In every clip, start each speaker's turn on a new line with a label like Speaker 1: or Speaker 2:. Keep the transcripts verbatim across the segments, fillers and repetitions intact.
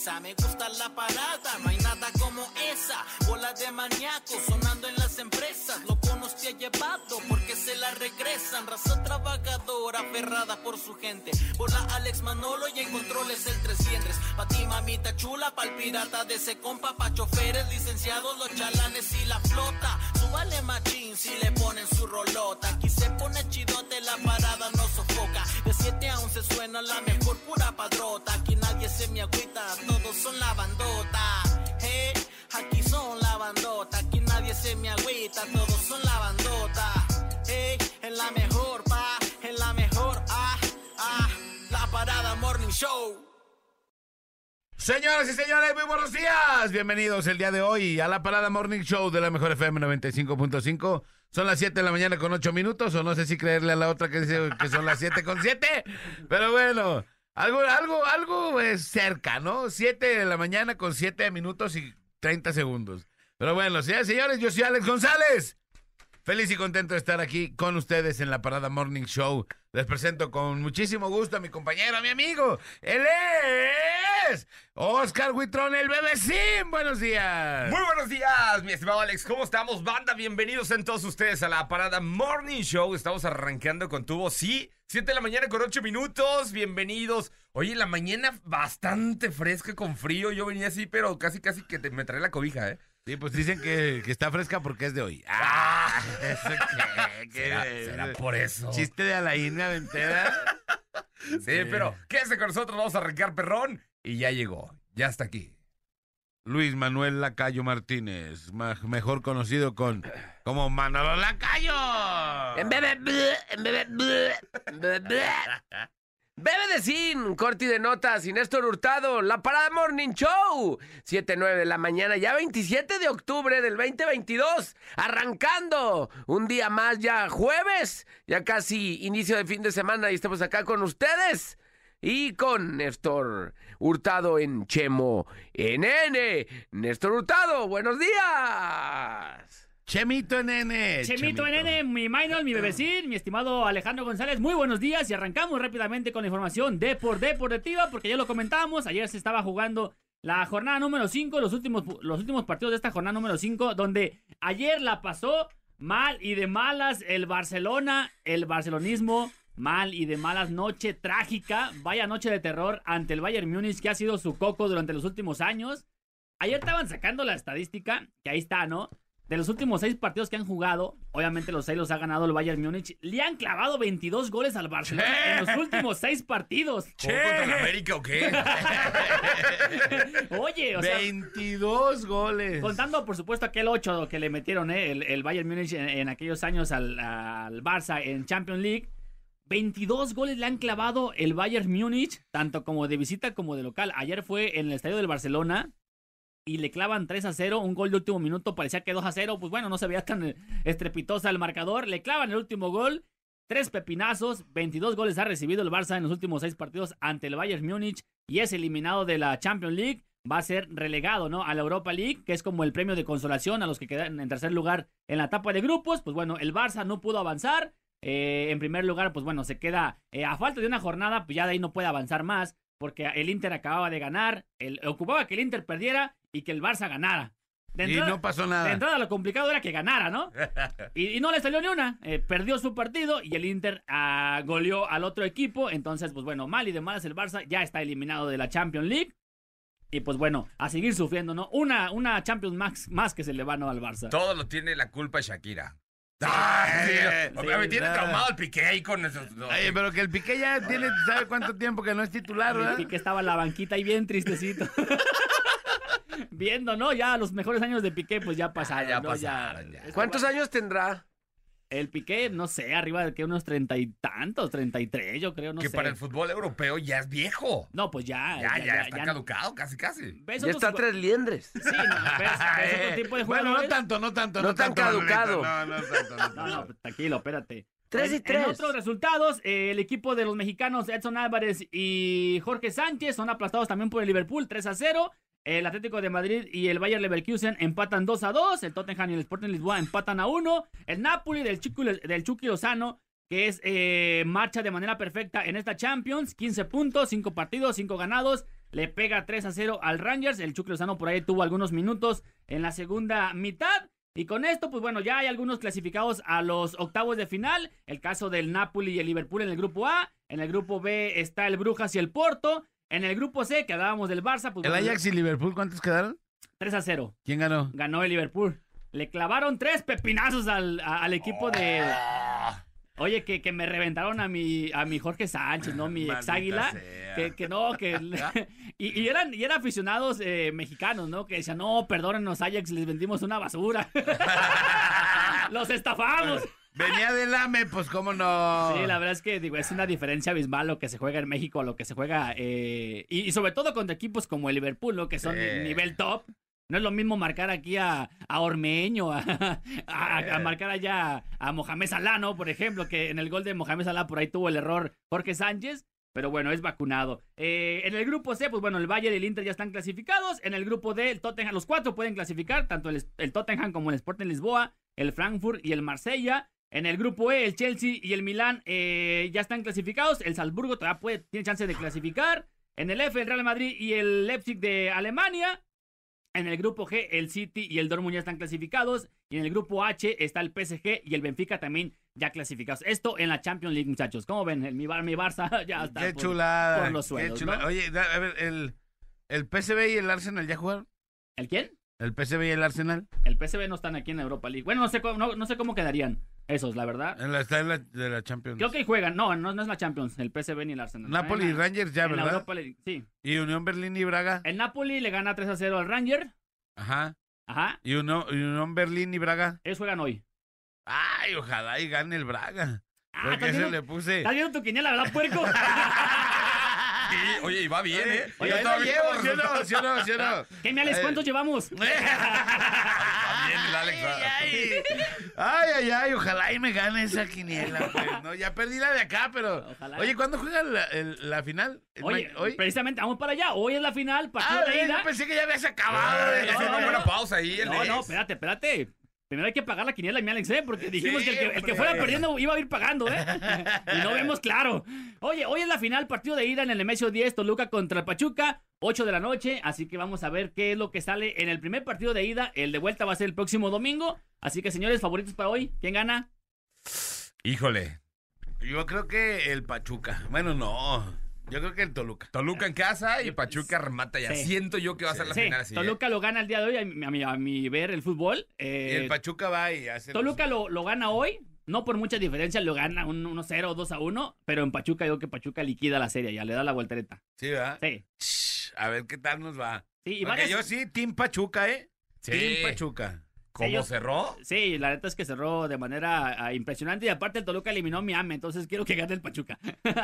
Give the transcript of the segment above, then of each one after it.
Speaker 1: esa, me gusta la parada, no hay nada como esa. Bola de maníacos sonando en las empresas, loco nos te ha llevado porque se la regresan. Raza trabajadora, aferrada por su gente. Bola Alex Manolo y en controles el trescientos. Pa' ti mamita chula, pa'l pirata de ese compa, pa' choferes, licenciados, los chalanes y la flota. Súbale machín si le ponen su rolota. Aquí se pone chidote, la parada no sofoca. De siete a once suena la mejor pura padrota. Aquí nadie se me agüita, todos son la bandota. Hey, aquí son la bandota. Aquí nadie se me agüita, todos son la bandota. Hey, en la mejor, pa, en la mejor, ah, ah, la parada Morning Show.
Speaker 2: Señoras y señores, muy buenos días. Bienvenidos el día de hoy a la Parada Morning Show de la Mejor F M noventa y cinco punto cinco. Son las siete de la mañana con ocho minutos, o no sé si creerle a la otra que dice que son las siete con siete. Pero bueno, algo, algo, algo es cerca, ¿no? siete de la mañana con siete minutos y treinta segundos. Pero bueno, señoras y señores, yo soy Alex González. Feliz y contento de estar aquí con ustedes en la Parada Morning Show. Les presento con muchísimo gusto a mi compañero, a mi amigo. Él es Oscar Huitrón, el Bebecín. Buenos días.
Speaker 3: Muy buenos días, mi estimado Alex. ¿Cómo estamos, banda? Bienvenidos en todos ustedes a la Parada Morning Show. Estamos arrancando con tubo, sí. siete de la mañana con ocho minutos. Bienvenidos. Oye, la mañana bastante fresca con frío. Yo venía así, pero casi, casi que te, me trae la cobija, ¿eh?
Speaker 2: Sí, pues dicen que, que está fresca porque es de hoy. ¡Ah! ¿Eso qué? ¿Qué
Speaker 3: ¿Será, será por eso?
Speaker 2: ¿Chiste de Alain Ventera?
Speaker 3: Sí, sí, pero quédese con nosotros, vamos a arrancar, perrón. Y ya llegó, ya está aquí.
Speaker 2: Luis Manuel Lacayo Martínez, mejor conocido con como Manolo Lacayo.
Speaker 4: En bebé, en bebé, bebé. Bebe de Sin, corte de notas, y Néstor Hurtado, la Parada Morning Show, siete nueve de la mañana, ya veintisiete de octubre del veinte veintidós, arrancando un día más, ya jueves, ya casi inicio de fin de semana, y estamos acá con ustedes, y con Néstor Hurtado en Chemo N N. Néstor Hurtado, buenos días.
Speaker 2: Chemito Nene.
Speaker 5: Chemito Nene, mi minor, mi bebecín, mi estimado Alejandro González, muy buenos días y arrancamos rápidamente con la información de por deportiva, porque ya lo comentábamos, ayer se estaba jugando la jornada número cinco, los últimos, los últimos partidos de esta jornada número cinco, donde ayer la pasó mal y de malas el Barcelona, el barcelonismo, mal y de malas, noche trágica, vaya noche de terror ante el Bayern Múnich, que ha sido su coco durante los últimos años. Ayer estaban sacando la estadística, que ahí está, ¿no? De los últimos seis partidos que han jugado, obviamente los seis los ha ganado el Bayern Múnich, le han clavado veintidós goles al Barcelona ¡Che! En los últimos seis partidos.
Speaker 3: ¿Jugó contra el América o qué?
Speaker 5: Oye, o sea...
Speaker 2: veintidós goles.
Speaker 5: Contando, por supuesto, aquel ocho que le metieron eh, el, el Bayern Múnich en, en aquellos años al, al Barça en Champions League. veintidós goles le han clavado el Bayern Múnich, tanto como de visita como de local. Ayer fue en el estadio del Barcelona. Y le clavan tres a cero, un gol de último minuto, parecía que dos a cero, pues bueno, no se veía tan estrepitosa el marcador, le clavan el último gol, tres pepinazos, veintidós goles ha recibido el Barça en los últimos seis partidos ante el Bayern Múnich y es eliminado de la Champions League, va a ser relegado, ¿no?, a la Europa League, que es como el premio de consolación a los que quedan en tercer lugar en la etapa de grupos. Pues bueno, el Barça no pudo avanzar, eh, en primer lugar, pues bueno, se queda eh, a falta de una jornada, pues ya de ahí no puede avanzar más, porque el Inter acababa de ganar, el, ocupaba que el Inter perdiera y que el Barça ganara.
Speaker 2: De entrada, y no pasó nada.
Speaker 5: De entrada lo complicado era que ganara, ¿no? Y, y no le salió ni una. Eh, perdió su partido y el Inter uh, goleó al otro equipo. Entonces, pues bueno, mal y de malas el Barça ya está eliminado de la Champions League. Y pues bueno, a seguir sufriendo, ¿no? Una, una Champions más, más que se le va, ¿no?, al Barça.
Speaker 3: Todo lo tiene la culpa Shakira. Sí, ah, sí, sí, me sí, tiene sí, traumado el Piqué ahí con esos. No,
Speaker 2: Oye, pero que el Piqué ya tiene, ¿sabe cuánto tiempo que no es titular, verdad?
Speaker 5: El Piqué estaba en la banquita ahí bien tristecito. Viendo, ¿no? Ya los mejores años de Piqué, pues ya pasaron, ah, ya ¿no?
Speaker 4: pasaron ya. Ya. ¿Cuántos años tendrá?
Speaker 5: El Piqué, no sé, arriba de que unos treinta y tantos, treinta y tres, yo creo, no
Speaker 3: que
Speaker 5: sé.
Speaker 3: Que para el fútbol europeo ya es viejo.
Speaker 5: No, pues ya.
Speaker 3: Ya, ya, ya está ya, caducado, casi, casi.
Speaker 4: ¿Ves ya está tres liendres.
Speaker 5: Sí, no, ves, ves otro tipo de jugadores.
Speaker 2: Bueno, no tanto, no tanto.
Speaker 4: No, no tan tanto, caducado.
Speaker 2: No, no tanto, no tanto.
Speaker 5: No, no, tranquilo, espérate.
Speaker 4: Tres y tres.
Speaker 5: En otros resultados, eh, el equipo de los mexicanos Edson Álvarez y Jorge Sánchez son aplastados también por el Liverpool, tres a cero. El Atlético de Madrid y el Bayer Leverkusen empatan dos a dos. El Tottenham y el Sporting Lisboa empatan a uno. El Napoli del Chucky, del Chucky Lozano, que es eh, marcha de manera perfecta en esta Champions. quince puntos, cinco partidos, cinco ganados. le pega tres a cero al Rangers. El Chucky Lozano por ahí tuvo algunos minutos en la segunda mitad. Y con esto, pues bueno, ya hay algunos clasificados a los octavos de final. El caso del Napoli y el Liverpool en el grupo A. En el grupo B está el Brujas y el Porto. En el grupo C, que hablábamos del Barça, pues
Speaker 2: ¿El
Speaker 5: bueno,
Speaker 2: Ajax y Liverpool cuántos quedaron?
Speaker 5: tres a cero.
Speaker 2: ¿Quién ganó?
Speaker 5: Ganó el Liverpool. Le clavaron tres pepinazos al, a- al equipo de... Oye, que, que me reventaron a mi, a mi Jorge Sánchez, ¿no? Mi
Speaker 2: Maldita
Speaker 5: ex águila.
Speaker 2: sea.
Speaker 5: Que, que no, que... y, y eran, y eran aficionados eh, mexicanos, ¿no? Que decían, no, perdónenos, Ajax, les vendimos una basura. Los estafamos.
Speaker 2: Venía del A M E, pues cómo no.
Speaker 5: Sí, la verdad es que digo, es una diferencia abismal lo que se juega en México a lo que se juega, eh, y, y sobre todo contra equipos como el Liverpool, ¿no? Que son
Speaker 3: Sí.
Speaker 5: ni- nivel top. No es lo mismo marcar aquí a, a Ormeño, a, a- a marcar allá a Mohamed Salah, ¿no? Por ejemplo, que en el gol de Mohamed Salah por ahí tuvo el error Jorge Sánchez. Pero bueno, es vacunado. Eh, en el grupo C, pues bueno, el Bayern y el Inter ya están clasificados. En el grupo D, el Tottenham, los cuatro pueden clasificar, tanto el, el Tottenham como el Sporting Lisboa, el Frankfurt y el Marsella. En el grupo E, el Chelsea y el Milán eh, ya están clasificados. El Salzburgo todavía puede, tiene chance de clasificar. En el F, el Real Madrid y el Leipzig de Alemania. En el grupo G, el City y el Dortmund ya están clasificados. Y en el grupo H está el P S G y el Benfica también ya clasificados. Esto en la Champions League, muchachos. ¿Cómo ven? El, mi, Bar- mi Barça ya está
Speaker 2: Qué
Speaker 5: por,
Speaker 2: chulada.
Speaker 5: por los
Speaker 2: qué
Speaker 5: suelos,
Speaker 2: chulada.
Speaker 5: ¿no?
Speaker 2: Oye, da- a ver, el, el P S V y el Arsenal ya jugaron.
Speaker 5: ¿El quién?
Speaker 2: El P S V y el Arsenal.
Speaker 5: El P S V no están aquí en la Europa League. Bueno, no sé, cómo- no, no sé cómo quedarían esos, la verdad.
Speaker 2: En la, está en la, de la Champions.
Speaker 5: Creo que ahí juegan. No, no, no es la Champions. El P S V ni el Arsenal.
Speaker 2: Napoli y
Speaker 5: Están en la-
Speaker 2: Rangers ya,
Speaker 5: en la
Speaker 2: ¿verdad?
Speaker 5: Europa League, sí.
Speaker 2: Y Unión Berlín y Braga.
Speaker 5: El Napoli le gana tres a cero al Ranger.
Speaker 2: Ajá.
Speaker 5: Ajá.
Speaker 2: Y Unión, y Unión Berlín y Braga.
Speaker 5: Ellos juegan hoy.
Speaker 2: Ay, ojalá y gane el Braga.
Speaker 5: Ah,
Speaker 2: Porque
Speaker 5: ¿estás
Speaker 2: se
Speaker 5: viendo,
Speaker 2: le puse.
Speaker 5: ¿estás viendo tu quiniela, verdad, puerco?
Speaker 3: Sí, oye, y va bien, ¿eh?
Speaker 2: Oye,
Speaker 3: Yo
Speaker 2: ahí
Speaker 3: estaba
Speaker 2: lo
Speaker 3: viendo
Speaker 2: llevo,
Speaker 3: los
Speaker 2: ¿sí o no?
Speaker 3: resultados.
Speaker 2: ¿Sí o no? ¿Sí o no?
Speaker 5: ¿Qué, mi Alex?
Speaker 2: Eh.
Speaker 5: ¿Cuántos llevamos?
Speaker 3: Va bien el Alex.
Speaker 2: Ay, ay, ay, ay, ay, ojalá y me gane esa quiniela, pues, ¿no? Ya perdí la de acá, pero...
Speaker 5: Ojalá.
Speaker 2: Oye, ¿cuándo juega la, el- la final? ¿El
Speaker 5: Oye,
Speaker 2: ma- ¿Hoy?
Speaker 5: precisamente, vamos para allá. Hoy es la final, partido
Speaker 2: Ah,
Speaker 5: de
Speaker 2: yo
Speaker 5: ida.
Speaker 2: pensé que ya habías acabado.
Speaker 3: Ah,
Speaker 2: de-
Speaker 3: ya fue
Speaker 5: no,
Speaker 3: una
Speaker 5: no,
Speaker 3: buena
Speaker 5: no.
Speaker 3: pausa ahí, el
Speaker 5: No, no,
Speaker 3: Alex.
Speaker 5: espérate, espérate. Primero hay que pagar la quiniela, mi Alex, ¿eh? Porque dijimos que el, que el que
Speaker 3: Siempre.
Speaker 5: fuera perdiendo iba a ir pagando, ¿eh? Y no vemos claro. Oye, hoy es la final, partido de ida en el Nemesio diez, Toluca contra el Pachuca, ocho de la noche. Así que vamos a ver qué es lo que sale en el primer partido de ida. El de vuelta va a ser el próximo domingo. Así que, señores, favoritos para hoy. ¿Quién gana?
Speaker 3: Híjole.
Speaker 2: Yo creo que el Pachuca. Bueno, no. Yo creo que el Toluca.
Speaker 3: Toluca en casa y Pachuca remata ya.
Speaker 5: Sí.
Speaker 3: Siento yo que va a ser la
Speaker 5: Sí,
Speaker 3: final así. ¿eh?
Speaker 5: Toluca lo gana el día de hoy, a mi, a mi, a mi ver el fútbol.
Speaker 2: Y
Speaker 5: Eh,
Speaker 2: el Pachuca va y hace...
Speaker 5: Toluca lo, lo gana hoy, no por mucha diferencia, lo gana un uno cero, dos a uno, pero en Pachuca digo que Pachuca liquida la serie, ya le da la voltereta.
Speaker 2: Sí, ¿verdad?
Speaker 5: Sí,
Speaker 2: Shh, a ver qué tal nos va.
Speaker 5: sí, y
Speaker 2: Porque
Speaker 5: varias-
Speaker 2: yo sí, Team Pachuca, ¿eh?
Speaker 3: Sí.
Speaker 2: Team Pachuca.
Speaker 3: ¿Cómo
Speaker 5: Sí, yo-
Speaker 3: cerró?
Speaker 5: Sí, la neta es que cerró de manera ah, impresionante y aparte el Toluca eliminó a Miami, entonces quiero que gane el Pachuca.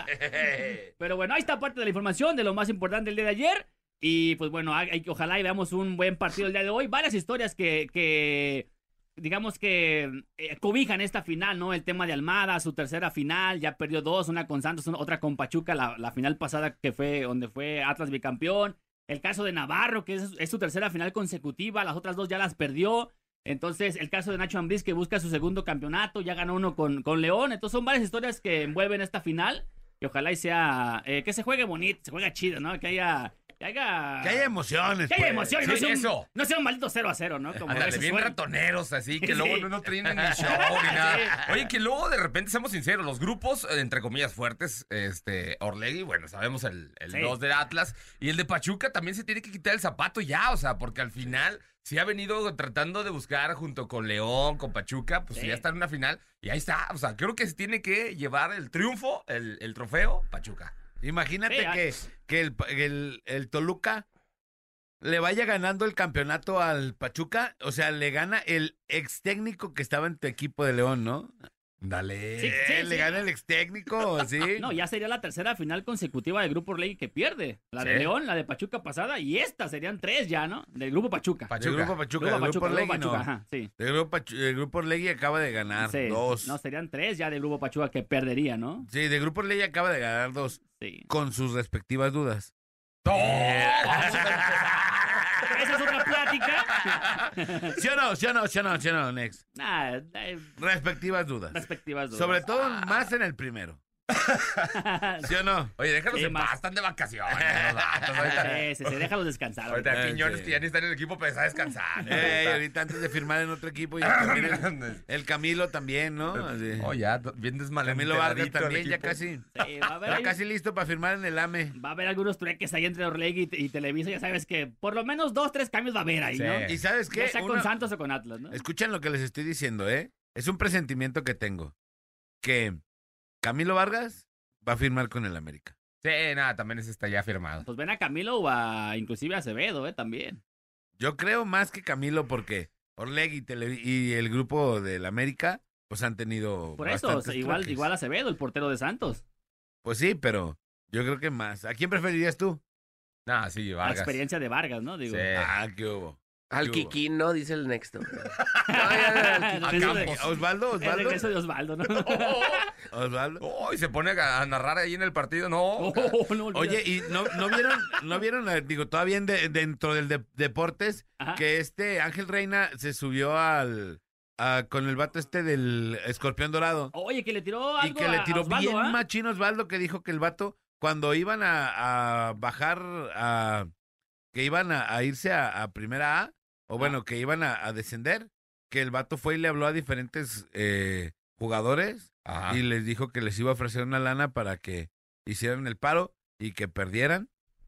Speaker 5: Pero bueno, ahí está parte de la información de lo más importante del día de ayer. Y pues bueno, hay, hay- ojalá y veamos un buen partido el día de hoy. Varias historias que, que digamos que eh, cobijan esta final, ¿no? El tema de Almada, su tercera final, ya perdió dos, una con Santos, una- otra con Pachuca, la, la final pasada que fue donde fue Atlas bicampeón. El caso de Navarro, que es, es su tercera final consecutiva, las otras dos ya las perdió. Entonces, el caso de Nacho Ambriz, que busca su segundo campeonato, ya ganó uno con, con León. Entonces, son varias historias que envuelven esta final. Y ojalá y sea, eh, que se juegue bonito, se juega chido, ¿no? Que haya, que haya,
Speaker 2: Que haya emociones.
Speaker 5: que haya
Speaker 2: pues.
Speaker 5: emoción y no
Speaker 3: Sí,
Speaker 5: sea, un,
Speaker 3: eso.
Speaker 5: no sea un maldito cero a cero, ¿no? Como a
Speaker 3: Ándale,
Speaker 5: veces
Speaker 3: bien
Speaker 5: suena.
Speaker 3: ratoneros, así, que
Speaker 5: Sí.
Speaker 3: luego no, no traen ni show ni nada. Oye, que luego de repente, seamos sinceros, los grupos, eh, entre comillas, fuertes, este, Orlegui, bueno, sabemos el
Speaker 5: Sí.
Speaker 3: dos del Atlas, y el de Pachuca también se tiene que quitar el zapato ya, o sea, porque al final sí ha venido tratando de buscar junto con León, con Pachuca, pues
Speaker 5: Sí.
Speaker 3: ya está en una final, y ahí está, o sea, creo que se tiene que llevar el triunfo, el, el trofeo, Pachuca.
Speaker 2: Imagínate
Speaker 5: Sí, ah.
Speaker 2: que, que el, el, el Toluca le vaya ganando el campeonato al Pachuca. O sea, le gana el ex técnico que estaba en tu equipo de León, ¿no?
Speaker 3: Dale.
Speaker 5: Sí, sí,
Speaker 2: Eh, le
Speaker 5: sí.
Speaker 2: gana el ex técnico, sí.
Speaker 5: No, ya sería la tercera final consecutiva del Grupo Orlegui que pierde. La de
Speaker 3: Sí.
Speaker 5: León, la de Pachuca pasada y esta serían tres ya, ¿no? Del Grupo Pachuca.
Speaker 3: Pa-
Speaker 2: Del
Speaker 3: Pachuca.
Speaker 2: grupo Pachuca,
Speaker 5: Grupo
Speaker 2: del grupo
Speaker 5: Pachuca, Grupo
Speaker 2: Orlegui, no.
Speaker 5: Pachuca, ajá, sí.
Speaker 2: Del grupo, Pachu- el grupo Orlegui acaba de ganar
Speaker 5: Sí.
Speaker 2: dos.
Speaker 5: No, serían tres ya del Grupo Pachuca que perdería, ¿no?
Speaker 2: Sí, del grupo Orlegui acaba de ganar dos,
Speaker 5: Sí.
Speaker 2: con sus respectivas dudas.
Speaker 5: Esa es otra plática.
Speaker 2: ¿Sí o no? ¿Sí o no? ¿Sí o no? ¿Sí o no, Next?
Speaker 5: Nah, eh,
Speaker 2: Respectivas dudas.
Speaker 5: respectivas dudas.
Speaker 2: Sobre todo más en el primero. ¿Sí o no?
Speaker 3: Oye, déjalos
Speaker 5: Sí,
Speaker 3: en
Speaker 5: más.
Speaker 3: paz, están de vacaciones. los vatos, ahorita.
Speaker 5: Sí, sí, sí, déjalos descansar.
Speaker 3: Ahorita
Speaker 5: ahorita.
Speaker 2: Eh,
Speaker 3: Quiñones
Speaker 2: sí.
Speaker 3: que ya ni está en el equipo, pero está descansando.
Speaker 2: Ey, ahorita antes de firmar en otro equipo, ya también el, el Camilo también, ¿no? Así.
Speaker 3: Oh, ya, bien
Speaker 2: Camilo Vargas
Speaker 3: desmalenteradito el
Speaker 2: también, ya
Speaker 3: equipo.
Speaker 2: casi.
Speaker 5: Sí, va a haber
Speaker 2: Ya
Speaker 5: ahí-
Speaker 2: casi listo para firmar en el A M E.
Speaker 5: Va a haber algunos trueques ahí entre Orlegui y, y Televisa, ya sabes que por lo menos dos, tres cambios va a haber ahí,
Speaker 3: Sí.
Speaker 5: ¿no?
Speaker 2: ¿Y sabes
Speaker 5: Ya
Speaker 2: qué?
Speaker 5: sea con
Speaker 2: Una-
Speaker 5: Santos o con Atlas, ¿no?
Speaker 2: Escuchen lo que les estoy diciendo, ¿eh? Es un presentimiento que tengo. Que Camilo Vargas va a firmar con el América.
Speaker 3: Sí, nada, también ese está ya firmado.
Speaker 5: Pues ven a Camilo o a inclusive a Acevedo, ¿eh? También.
Speaker 2: Yo creo más que Camilo porque Orlegui y, Tele- y el grupo del América pues han tenido
Speaker 5: Por eso,
Speaker 2: bastantes
Speaker 5: o sea, igual,
Speaker 2: trueques.
Speaker 5: igual Acevedo, el portero de Santos.
Speaker 2: Pues sí, pero yo creo que más. ¿A quién preferirías tú?
Speaker 3: Nada, sí,
Speaker 5: La
Speaker 3: Vargas.
Speaker 5: experiencia de Vargas, ¿no? Digo.
Speaker 3: Sí.
Speaker 2: Ah, ¿qué hubo?
Speaker 4: Al
Speaker 2: ¿Qué hubo?
Speaker 4: Kikín, ¿no? Dice el Nexto. No, ya, ya, al
Speaker 5: El
Speaker 3: A
Speaker 5: regreso de-
Speaker 3: Campos.
Speaker 2: ¿Osvaldo?
Speaker 5: el
Speaker 2: ¿Osvaldo?
Speaker 5: regreso de Osvaldo, ¿no?
Speaker 2: ¿Osvaldo?
Speaker 3: Oh, y se pone a a narrar ahí en el partido. No.
Speaker 5: Oh, no olvides.
Speaker 2: Oye, ¿y no, no vieron, no vieron, eh, digo, todavía en de- dentro del de- deportes,
Speaker 5: Ajá.
Speaker 2: que este Ángel Reina se subió al a- con el vato este del escorpión dorado
Speaker 5: Oye, que le tiró
Speaker 2: y
Speaker 5: algo
Speaker 2: que le
Speaker 5: a
Speaker 2: tiró
Speaker 5: Osvaldo,
Speaker 2: bien
Speaker 5: ¿ah?
Speaker 2: machín Osvaldo, que dijo que el vato, cuando iban a, a bajar, a, que iban a, a irse a, a primera A, o bueno, que iban a, a descender, que el vato fue y le habló a diferentes eh, jugadores
Speaker 3: Ajá.
Speaker 2: y les dijo que les iba a ofrecer una lana para que hicieran el paro y que perdieran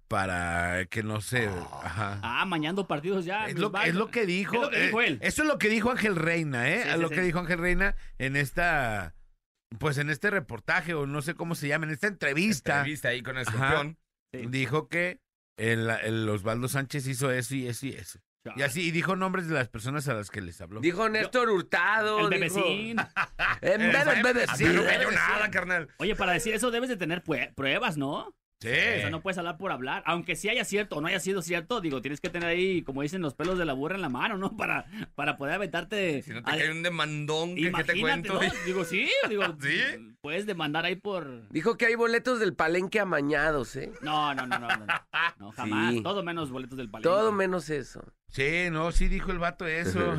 Speaker 2: para que no se... Ajá.
Speaker 5: Ah, mañando partidos ya.
Speaker 2: Es
Speaker 5: mi
Speaker 2: lo,
Speaker 5: Osvaldo.
Speaker 2: es lo que dijo.
Speaker 5: Es lo que dijo
Speaker 2: eh,
Speaker 5: él.
Speaker 2: Eso es lo que dijo Ángel Reina, ¿eh?
Speaker 5: Sí,
Speaker 2: A
Speaker 5: sí,
Speaker 2: lo
Speaker 5: sí.
Speaker 2: que dijo Ángel Reina en esta... Pues en este reportaje, o no sé cómo se llama, en esta entrevista,
Speaker 3: Entrevista ahí con el
Speaker 2: Ajá.
Speaker 3: escorpión.
Speaker 5: Sí.
Speaker 2: dijo que el, el Osvaldo Sánchez hizo eso y eso y eso. Y así, y dijo nombres de las personas a las que les habló.
Speaker 4: Dijo Néstor Hurtado.
Speaker 5: El
Speaker 4: dijo-
Speaker 5: bebecín.
Speaker 4: Eh, bebe, bebe,
Speaker 3: A
Speaker 4: sí,
Speaker 3: mí no
Speaker 4: bebe,
Speaker 3: cayó
Speaker 4: sí.
Speaker 3: nada, carnal.
Speaker 5: Oye, para decir eso debes de tener pue- pruebas, ¿no?
Speaker 2: Sí.
Speaker 5: O sea, no puedes hablar por hablar. Aunque sí haya cierto o no haya sido cierto, digo, tienes que tener ahí, como dicen, los pelos de la burra en la mano, ¿no? Para, para poder aventarte.
Speaker 3: Si no te
Speaker 5: a-
Speaker 3: cae un demandón, ¿qué, qué te
Speaker 5: Imagínate,
Speaker 3: cuento?
Speaker 5: ¿no? Digo, sí, digo,
Speaker 3: ¿Sí?
Speaker 5: puedes demandar ahí por...
Speaker 4: Dijo que hay boletos del palenque amañados, ¿eh?
Speaker 5: No, no, no, no, no, no, no, jamás.
Speaker 4: Sí.
Speaker 5: Todo menos boletos del palenque.
Speaker 4: Todo menos eso.
Speaker 2: Sí, no, sí dijo el vato eso.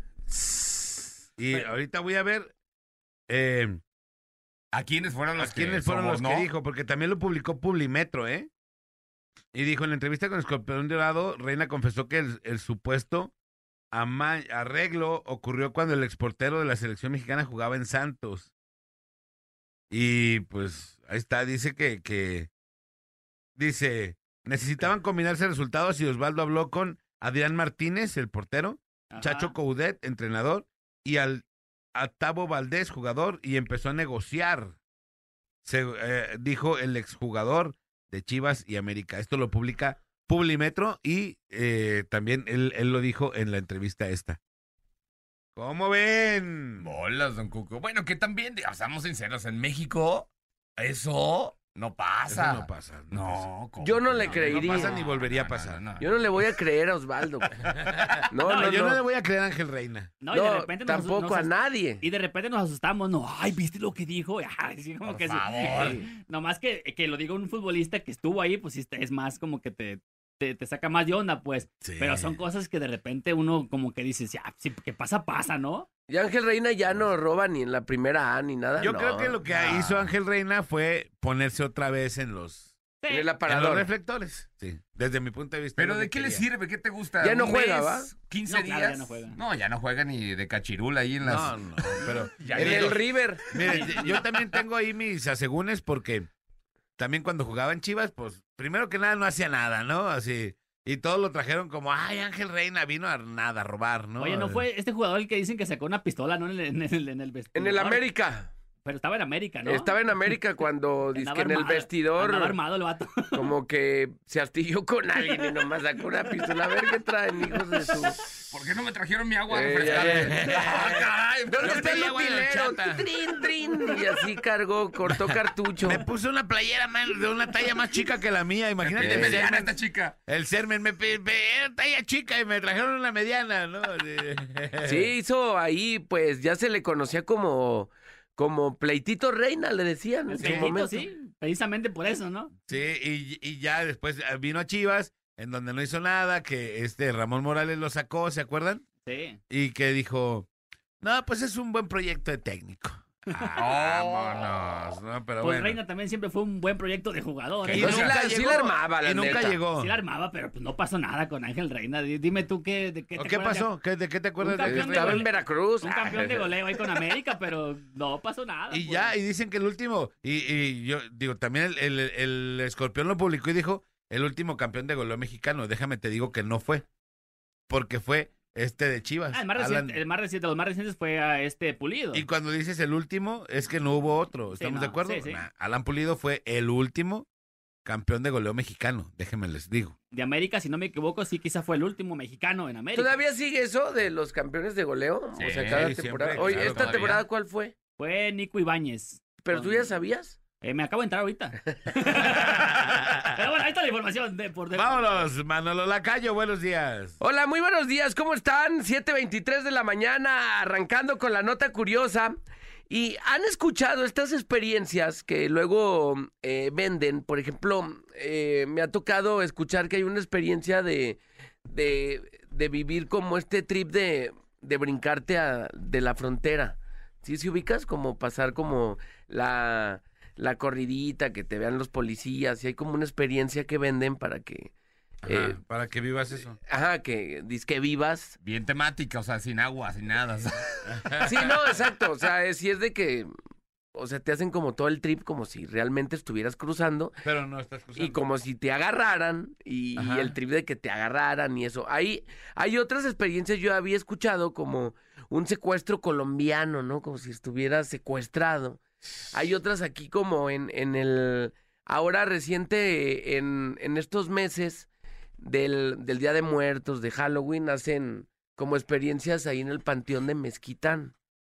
Speaker 2: Y ahorita voy a ver eh,
Speaker 3: ¿A quiénes fueron
Speaker 2: a
Speaker 3: los
Speaker 2: quiénes
Speaker 3: que
Speaker 2: fueron los
Speaker 3: sobornó?
Speaker 2: que dijo, porque también lo publicó Publimetro, ¿eh? Y dijo en la entrevista con Escorpión Dorado, Reina confesó que el, el supuesto ama- arreglo ocurrió cuando el exportero de la selección mexicana jugaba en Santos. Y pues ahí está, dice que, que dice, necesitaban combinarse resultados y Osvaldo habló con Adrián Martínez, el portero,
Speaker 5: Ajá.
Speaker 2: Chacho Coudet, entrenador, y al a Tavo Valdés, jugador, y empezó a negociar. Se, eh, dijo el exjugador de Chivas y América. Esto lo publica Publimetro y eh, también él, él lo dijo en la entrevista esta. ¿Cómo ven?
Speaker 3: Bolas, don Cuco. Bueno, que también, digamos, seamos sinceros, en México, eso no pasa.
Speaker 2: Eso no pasa. no pasa.
Speaker 3: No, ¿cómo
Speaker 4: Yo no
Speaker 3: que
Speaker 4: le creería.
Speaker 2: No pasa ni volvería a pasar.
Speaker 4: Yo no le voy a creer a Osvaldo. No,
Speaker 2: No,
Speaker 4: no,
Speaker 2: yo no.
Speaker 4: no.
Speaker 2: le voy a creer a Ángel Reina.
Speaker 5: No, y de
Speaker 4: No,
Speaker 5: repente nos-
Speaker 4: tampoco
Speaker 5: nos
Speaker 4: a
Speaker 5: as-
Speaker 4: nadie.
Speaker 5: Y de repente nos asustamos, no, ay, ¿viste lo que dijo? Ay, sí, como
Speaker 3: Por
Speaker 5: que sí.
Speaker 3: favor.
Speaker 5: Eh, Nomás que, que lo diga un futbolista que estuvo ahí, pues sí, es más como que te, te, te saca más de onda, pues.
Speaker 2: Sí.
Speaker 5: Pero son cosas que de repente uno como que dice, ya, sí, que pasa, pasa, ¿no?
Speaker 4: Y Ángel Reina ya no roba ni en la primera A ni nada.
Speaker 2: Yo
Speaker 4: no.
Speaker 2: creo que lo que
Speaker 3: no.
Speaker 2: hizo Ángel Reina fue ponerse otra vez en los,
Speaker 5: Sí.
Speaker 4: En el
Speaker 2: en los
Speaker 4: aparador.
Speaker 2: reflectores. Sí, desde mi punto de vista.
Speaker 3: ¿Pero
Speaker 2: es lo
Speaker 3: de
Speaker 2: que
Speaker 3: qué le
Speaker 2: quería.
Speaker 3: sirve? ¿Qué te gusta?
Speaker 4: Ya no
Speaker 3: ¿Un
Speaker 4: juega,
Speaker 3: mes?
Speaker 4: ¿va?
Speaker 3: ¿quince
Speaker 5: No, claro,
Speaker 3: días?
Speaker 5: ya no juega.
Speaker 3: No, ya no juega ni de cachirula ahí en las...
Speaker 2: No, no, pero...
Speaker 3: Ya
Speaker 4: En
Speaker 3: ni
Speaker 4: el
Speaker 3: los-
Speaker 4: River.
Speaker 2: Mire, yo también tengo ahí mis asegúnes porque también cuando jugaba en Chivas, pues primero que nada no hacía nada, ¿no? Así, y todos lo trajeron como, ay, Ángel Reina vino a nada, a robar, ¿no?
Speaker 5: Oye, ¿no fue este jugador el que dicen que sacó una pistola, ¿no? En el, en el, en el vestidor.
Speaker 4: En el América.
Speaker 5: Pero estaba en América, ¿no?
Speaker 4: Estaba en América cuando dice
Speaker 5: Andaba
Speaker 4: que en el
Speaker 5: armado-
Speaker 4: vestidor
Speaker 5: Andaba armado el vato.
Speaker 4: como que se astilló con alguien y nomás sacó una pistola. A ver qué traen, hijos de su...
Speaker 3: ¿Por qué no me trajeron mi agua
Speaker 4: Eh,
Speaker 3: refrescante?
Speaker 4: ya, ya.
Speaker 3: ¡Ah, caray!
Speaker 4: ¿Dónde
Speaker 2: Yo
Speaker 4: está el
Speaker 2: pedí agua de
Speaker 4: utilero?
Speaker 2: horchata.
Speaker 4: Trin, trin. Y así cargó, cortó cartucho.
Speaker 2: Me puse una playera man, de una talla más chica que la mía, imagínate.
Speaker 3: Qué
Speaker 2: el
Speaker 3: mediana
Speaker 2: Sermen-
Speaker 3: esta chica.
Speaker 2: El Sermen me pe- pe- era talla chica y me trajeron una mediana, ¿no?
Speaker 4: Sí, hizo ahí, pues ya se le conocía como, como Pleitito Reina, le decían en
Speaker 5: El
Speaker 4: su
Speaker 5: Peñito,
Speaker 4: momento.
Speaker 5: sí. Precisamente por eso, ¿no?
Speaker 2: Sí, y, y ya después vino a Chivas, en donde no hizo nada, que este Ramón Morales lo sacó, ¿se acuerdan?
Speaker 5: Sí.
Speaker 2: Y que dijo, no, pues es un buen proyecto de técnico. Vámonos. No, pero
Speaker 5: Pues
Speaker 2: bueno.
Speaker 5: Reina también siempre fue un buen proyecto de jugador.
Speaker 2: Y
Speaker 5: ¿eh?
Speaker 4: No, sí
Speaker 2: nunca
Speaker 4: la- sí
Speaker 2: llegó,
Speaker 4: la armaba, la
Speaker 2: y nunca
Speaker 4: neta.
Speaker 2: llegó.
Speaker 5: Sí la armaba, pero pues no pasó nada con Ángel Reina. Di- Dime tú qué, de qué te
Speaker 2: ¿Qué
Speaker 5: acuerdas de-
Speaker 2: pasó? ¿Qué- ¿De qué te acuerdas?
Speaker 5: Un
Speaker 2: de
Speaker 5: campeón de
Speaker 4: Estaba en
Speaker 5: goleo.
Speaker 4: Veracruz.
Speaker 5: Un campeón de goleo ahí con América, pero no pasó nada.
Speaker 2: Y
Speaker 5: pues.
Speaker 2: ya, y dicen que el último, y, y yo digo, también el, el, el Escorpión lo publicó y dijo, el último campeón de goleo mexicano. Déjame te digo que no fue, porque fue este de Chivas.
Speaker 5: Ah, el, más
Speaker 2: Alan.
Speaker 5: reciente, el más reciente, de los más recientes fue a este Pulido.
Speaker 2: Y cuando dices el último, es que no hubo otro. ¿Estamos
Speaker 5: no,
Speaker 2: de acuerdo?
Speaker 5: sí, sí.
Speaker 2: Nah, Alan Pulido fue el último campeón de goleo mexicano. Déjenme les digo.
Speaker 5: De América, si no me equivoco, sí, quizá fue el último mexicano en América.
Speaker 4: ¿Todavía sigue eso de los campeones de goleo?
Speaker 2: Sí,
Speaker 4: o sea, cada
Speaker 2: siempre,
Speaker 4: temporada.
Speaker 2: claro,
Speaker 4: Oye, ¿esta
Speaker 2: todavía.
Speaker 4: temporada cuál fue?
Speaker 5: Fue Nico Ibáñez.
Speaker 4: ¿Pero tú ya sabías?
Speaker 5: Eh, me acabo de entrar ahorita. Pero bueno, ahí está la información. De, por de...
Speaker 2: Vámonos, Manolo Lacayo, buenos días.
Speaker 4: Hola, muy buenos días, ¿cómo están? siete veintitrés de la mañana, arrancando con la nota curiosa. ¿Y han escuchado estas experiencias que luego eh, venden? Por ejemplo, eh, me ha tocado escuchar que hay una experiencia de, de, de vivir como este trip de, de brincarte a- de la frontera. ¿Sí se ubicas? Como pasar como la, la corridita, que te vean los policías. Y hay como una experiencia que venden para que...
Speaker 2: Ajá,
Speaker 4: eh,
Speaker 2: para que vivas eso.
Speaker 4: Ajá, que dices que vivas.
Speaker 3: Bien temática, o sea, sin agua, sin nada.
Speaker 4: Sí, no, exacto. O sea, es, si es de que, o sea, te hacen como todo el trip como si realmente estuvieras cruzando
Speaker 2: Pero no estás cruzando.
Speaker 4: y como si te agarraran y,
Speaker 2: Ajá.
Speaker 4: y el trip de que te agarraran y eso. Hay, hay otras experiencias, yo había escuchado como un secuestro colombiano, ¿no? Como si estuvieras secuestrado. Hay otras aquí como en, en el, ahora reciente, en, en estos meses del, del Día de Muertos, de Halloween, hacen como experiencias ahí en el Panteón de Mezquitán.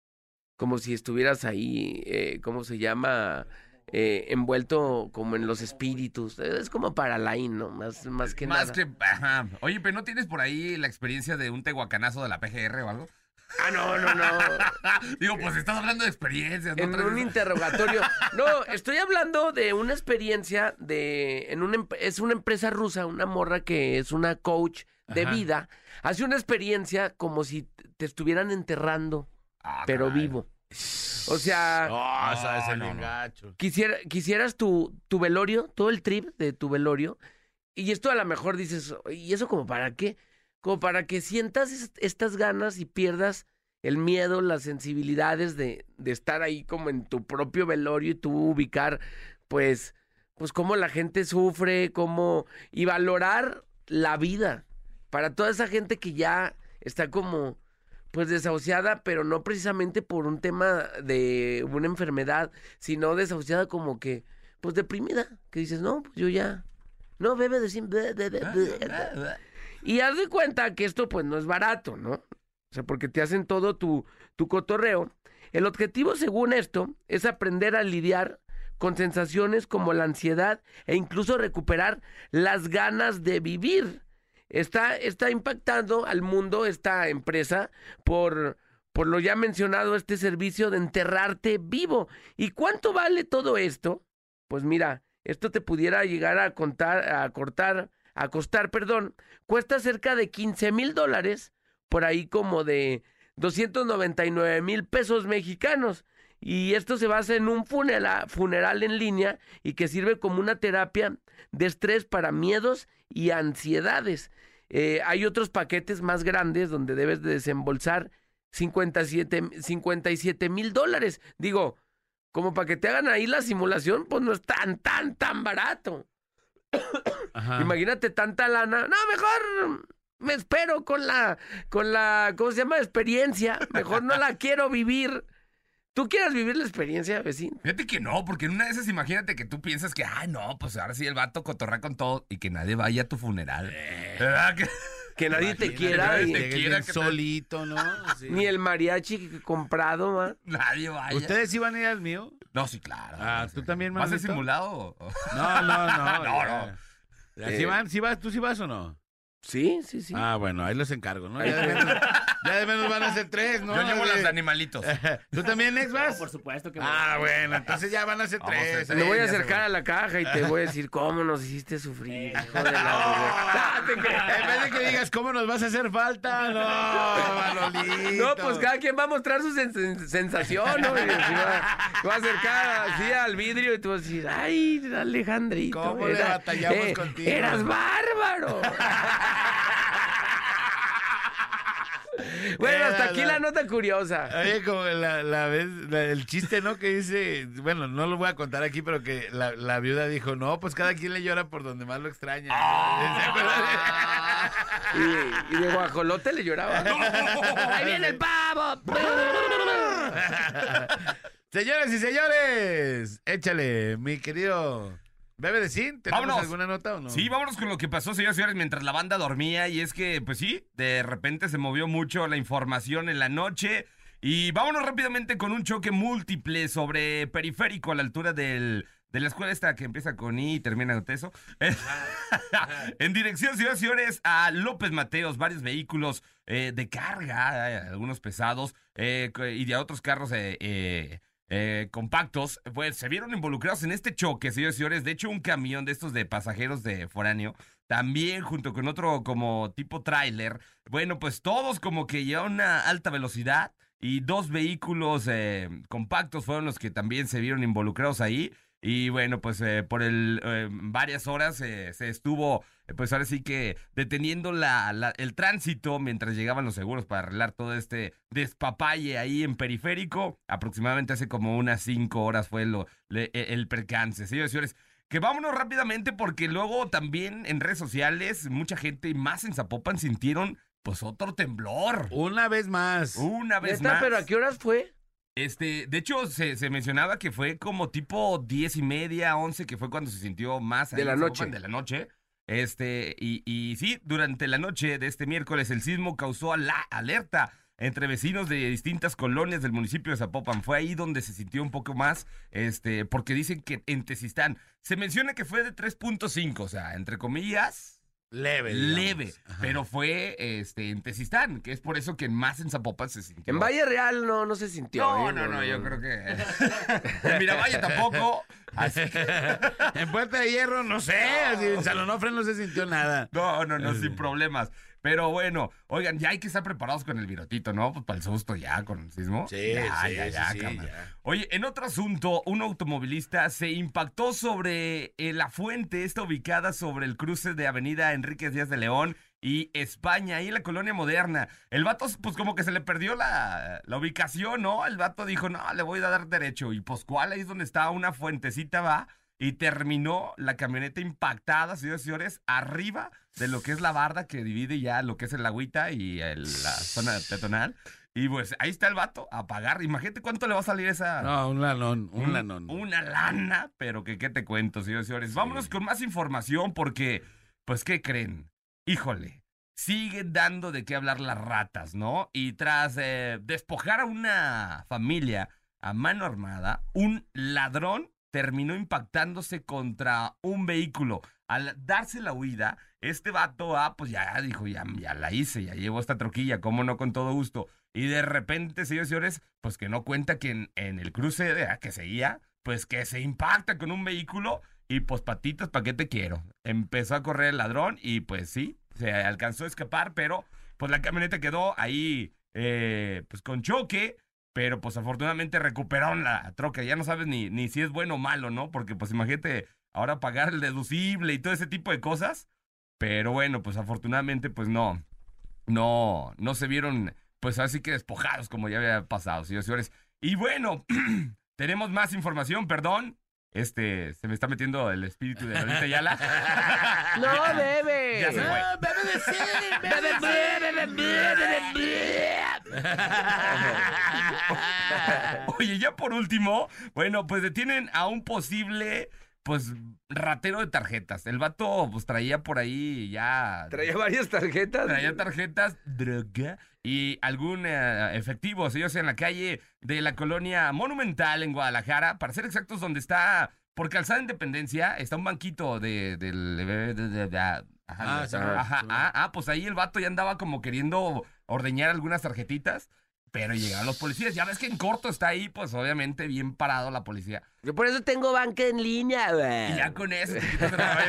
Speaker 4: Como si estuvieras ahí, eh, ¿cómo se llama? Eh, envuelto como en los espíritus. Es como para Laín, ¿no? Más, más que
Speaker 3: Más
Speaker 4: nada.
Speaker 3: que. Ajá. Oye, pero ¿no tienes por ahí la experiencia de un tehuacanazo de la P G R o algo?
Speaker 4: Ah, no, no, no.
Speaker 3: Digo, pues estás hablando de experiencias, ¿no?
Speaker 4: En
Speaker 3: Traes
Speaker 4: un
Speaker 3: eso.
Speaker 4: interrogatorio. No, estoy hablando de una experiencia de... En una, em- es una empresa rusa, una morra que es una coach de
Speaker 2: Ajá.
Speaker 4: vida. Hace una experiencia como si te estuvieran enterrando,
Speaker 3: Ah,
Speaker 4: pero
Speaker 3: caray.
Speaker 4: vivo. O sea...
Speaker 2: No, eso debe ser
Speaker 3: no,
Speaker 2: bien
Speaker 3: no.
Speaker 2: gacho.
Speaker 4: Quisiera, quisieras tu, tu velorio, todo el trip de tu velorio, y esto a lo mejor dices, ¿y eso como para qué? Como para que sientas est- estas ganas y pierdas el miedo, las sensibilidades de, de estar ahí como en tu propio velorio y tú ubicar, pues, pues cómo la gente sufre, cómo... y valorar la vida para toda esa gente que ya está como... pues desahuciada, pero no precisamente por un tema de una enfermedad, sino desahuciada como que, pues deprimida, que dices, no, pues yo ya, no, bebe de sin... ble, ble, ble, ble". Y haz de cuenta que esto pues no es barato, ¿no? O sea, porque te hacen todo tu, tu cotorreo. El objetivo, según esto, es aprender a lidiar con sensaciones como la ansiedad e incluso recuperar las ganas de vivir. Está, está impactando al mundo esta empresa por, por lo ya mencionado, este servicio de enterrarte vivo. ¿Y cuánto vale todo esto? Pues mira, esto te pudiera llegar a contar, a cortar, a costar, perdón, cuesta cerca de quince mil dólares, por ahí como de doscientos noventa y nueve mil pesos mexicanos. Y esto se basa en un funeral, funeral en línea y que sirve como una terapia de estrés para miedos y ansiedades. Eh, hay otros paquetes más grandes donde debes de desembolsar cincuenta y siete mil dólares. Digo, como para que te hagan ahí la simulación, pues no es tan, tan, tan barato.
Speaker 2: Ajá.
Speaker 4: Imagínate tanta lana. No, mejor me espero con la, con la, ¿cómo se llama? Experiencia. Mejor no la quiero vivir. ¿Tú quieres vivir la experiencia, vecino?
Speaker 3: Fíjate que no, porque en una de esas imagínate que tú piensas que, ay, no, pues ahora sí el vato cotorrea con todo y que nadie vaya a tu funeral. ¿Verdad? Que...
Speaker 4: Que nadie te
Speaker 2: Imagínate,
Speaker 4: quiera.
Speaker 2: que
Speaker 4: y-
Speaker 3: te
Speaker 2: llegues
Speaker 3: quiera
Speaker 2: bien
Speaker 3: que te-
Speaker 2: solito, ¿no? Sí.
Speaker 4: Ni el mariachi que- comprado, ma.
Speaker 3: Nadie vaya.
Speaker 2: ¿Ustedes iban a ir al mío?
Speaker 3: No, sí, claro.
Speaker 2: Ah,
Speaker 3: Sí.
Speaker 2: ¿tú también,
Speaker 3: ¿Vas a
Speaker 2: Manolito?
Speaker 3: simulado? o- o-
Speaker 2: No, no, no.
Speaker 3: No,
Speaker 2: ya. Ya, ¿Sí
Speaker 4: Eh.
Speaker 2: van? ¿Sí vas? ¿Tú sí vas o no?
Speaker 4: Sí, sí, sí.
Speaker 2: Ah, bueno, ahí los encargo, ¿no? Ya de menos, ya de menos van a ser tres, ¿no?
Speaker 3: Yo llevo
Speaker 2: De-
Speaker 3: las de animalitos.
Speaker 2: ¿Tú también, Ex,
Speaker 5: No,
Speaker 2: vas?
Speaker 5: por supuesto que
Speaker 2: Ah, bueno, entonces ya van a ser
Speaker 3: Vamos a
Speaker 2: tres.
Speaker 3: ser
Speaker 4: Me
Speaker 2: ahí
Speaker 4: voy a
Speaker 2: ya se
Speaker 4: acercar
Speaker 2: va.
Speaker 4: a la caja y te voy a decir cómo nos hiciste sufrir, hijo de la...
Speaker 2: En vez de que digas cómo nos vas a hacer falta, no, solito.
Speaker 4: No, pues cada quien va a mostrar su sen- sen- sensación, ¿no? Y se va, va a acercar así al vidrio y tú vas a decir, ay, Alejandrito.
Speaker 2: ¿Cómo le batallamos contigo?
Speaker 4: Eras bárbaro. Bueno, hasta
Speaker 2: Era
Speaker 4: aquí
Speaker 2: la-
Speaker 4: la nota curiosa.
Speaker 2: Oye, como la, la vez, la- el chiste, ¿no? Que dice, bueno, no lo voy a contar aquí, pero que la, la viuda dijo, no, pues cada quien le llora por donde más lo extraña. ¿Se acuerdan?
Speaker 4: Y, y de guajolote le lloraba. ¡Ahí viene el pavo!
Speaker 2: Señoras y señores, échale, mi querido Bebe de Sin, ¿tenemos
Speaker 3: Vámonos.
Speaker 2: alguna nota o no?
Speaker 3: Sí, vámonos con lo que pasó, señores y señores, mientras la banda dormía. Y es que, pues sí, de repente se movió mucho la información en la noche. Y vámonos rápidamente con un choque múltiple sobre Periférico a la altura del, de la escuela esta que empieza con I y termina con Teso. En dirección, señores y señores, a López Mateos, varios vehículos eh, de carga, eh, algunos pesados, eh, y de otros carros eh, eh, eh, compactos, pues se vieron involucrados en este choque, señores y señores. De hecho, un camión de estos de pasajeros de foráneo, también junto con otro como tipo tráiler, bueno, pues todos como que llevan una alta velocidad y dos vehículos eh, compactos fueron los que también se vieron involucrados ahí. Y bueno, pues eh, por el, eh, varias horas eh, se estuvo, eh, pues ahora sí que deteniendo la, la- el tránsito mientras llegaban los seguros para arreglar todo este despapalle ahí en Periférico. Aproximadamente hace como unas cinco horas fue lo, le- e- el percance. Señores y señores, que vámonos rápidamente porque luego también en redes sociales mucha gente, más en Zapopan, sintieron pues otro temblor.
Speaker 2: Una vez más.
Speaker 3: Una vez
Speaker 4: Neta,
Speaker 3: más.
Speaker 4: ¿pero a qué horas fue?
Speaker 3: Este, de hecho, se, se mencionaba que fue como tipo diez y media, once, que fue cuando se sintió más ahí
Speaker 4: De la
Speaker 3: en Zapopan,
Speaker 4: noche.
Speaker 3: de la noche. Este, y, y sí, durante la noche de este miércoles, el sismo causó la alerta entre vecinos de distintas colonias del municipio de Zapopan. Fue ahí donde se sintió un poco más, este, porque dicen que en Tezistán se menciona que fue de tres punto cinco, o sea, entre comillas,
Speaker 2: Leve. digamos.
Speaker 3: leve,
Speaker 2: Ajá.
Speaker 3: pero fue este, en Tezistán, que es por eso que más en Zapopan se sintió.
Speaker 4: En Valle Real no, no se sintió.
Speaker 3: No,
Speaker 4: ¿eh?
Speaker 3: no, no, yo creo que. En Miravalle tampoco. Así que.
Speaker 2: En Puerta de Hierro, no sé. Así, en San Onofre no se sintió nada.
Speaker 3: No, no, no, sin problemas. Pero bueno, oigan, ya hay que estar preparados con el virotito, ¿no? Pues para el susto ya, con el sismo.
Speaker 2: Sí,
Speaker 3: ya,
Speaker 2: sí,
Speaker 3: ya,
Speaker 2: sí,
Speaker 3: ya,
Speaker 2: sí,
Speaker 3: cámara.
Speaker 2: ya.
Speaker 3: Oye, en otro asunto, un automovilista se impactó sobre eh, la fuente, esta ubicada sobre el cruce de Avenida Enríquez Díaz de León y España, ahí en la colonia moderna. El vato, pues como que se le perdió la, la ubicación, ¿no? El vato dijo, no, le voy a dar derecho. Y pues, ¿cuál? Ahí es donde está una fuentecita, va. Y terminó la camioneta impactada, señores y señores, arriba de lo que es la barda que divide ya lo que es el agüita y el- la zona peatonal. Y pues ahí está el vato a pagar. Imagínate cuánto le va a salir esa...
Speaker 2: No, un lanón, un lanón.
Speaker 3: Una lana, pero que qué te cuento, señores y señores. Vámonos con más información porque, pues, ¿qué creen? Híjole, siguen dando de qué hablar las ratas, ¿no? Y tras eh, despojar a una familia a mano armada, un ladrón terminó impactándose contra un vehículo. Al darse la huida, este vato, ah, pues ya dijo, ya, ya la hice, ya llevo esta troquilla, cómo no, con todo gusto. Y de repente, señores y señores, pues que no cuenta que en, en el cruce de, ah, que seguía, pues que se impacta con un vehículo y pues patitas, ¿para qué te quiero? Empezó a correr el ladrón y pues sí, se alcanzó a escapar, pero pues la camioneta quedó ahí, eh, pues con choque. Pero pues afortunadamente recuperaron la troca. Ya no sabes ni, ni si es bueno o malo, ¿no? Porque pues imagínate ahora pagar el deducible y todo ese tipo de cosas. Pero bueno, pues afortunadamente pues no, no, no se vieron pues así que despojados como ya había pasado, señores y señores. Y bueno, tenemos más información, perdón. Este, se me está metiendo el espíritu de Lolita Ayala.
Speaker 4: No, bebe.
Speaker 3: Ya se fue.
Speaker 2: Bebe de Sin, bebe de Sin, bebe de Sin.
Speaker 3: Oye, ya por último, bueno, pues detienen a un posible, pues, ratero de tarjetas. El vato, pues, traía por ahí ya...
Speaker 4: Traía varias tarjetas.
Speaker 3: Traía tarjetas, droga y algún eh, efectivo, ellos en la calle de la colonia Monumental en Guadalajara, para ser exactos, donde está, por Calzada Independencia, está un banquito de... del- de- de- de- de- ajá,
Speaker 2: Ah,
Speaker 3: de-
Speaker 2: sí,
Speaker 3: ajá,
Speaker 2: sí.
Speaker 3: ah, ah, pues ahí el vato ya andaba como queriendo ordeñar algunas tarjetitas. pero llegaron los policías. Ya ves que en corto está ahí, pues obviamente bien parado la policía.
Speaker 4: Yo por eso tengo banca en línea, güey.
Speaker 3: Y ya con eso te quitas el caballo.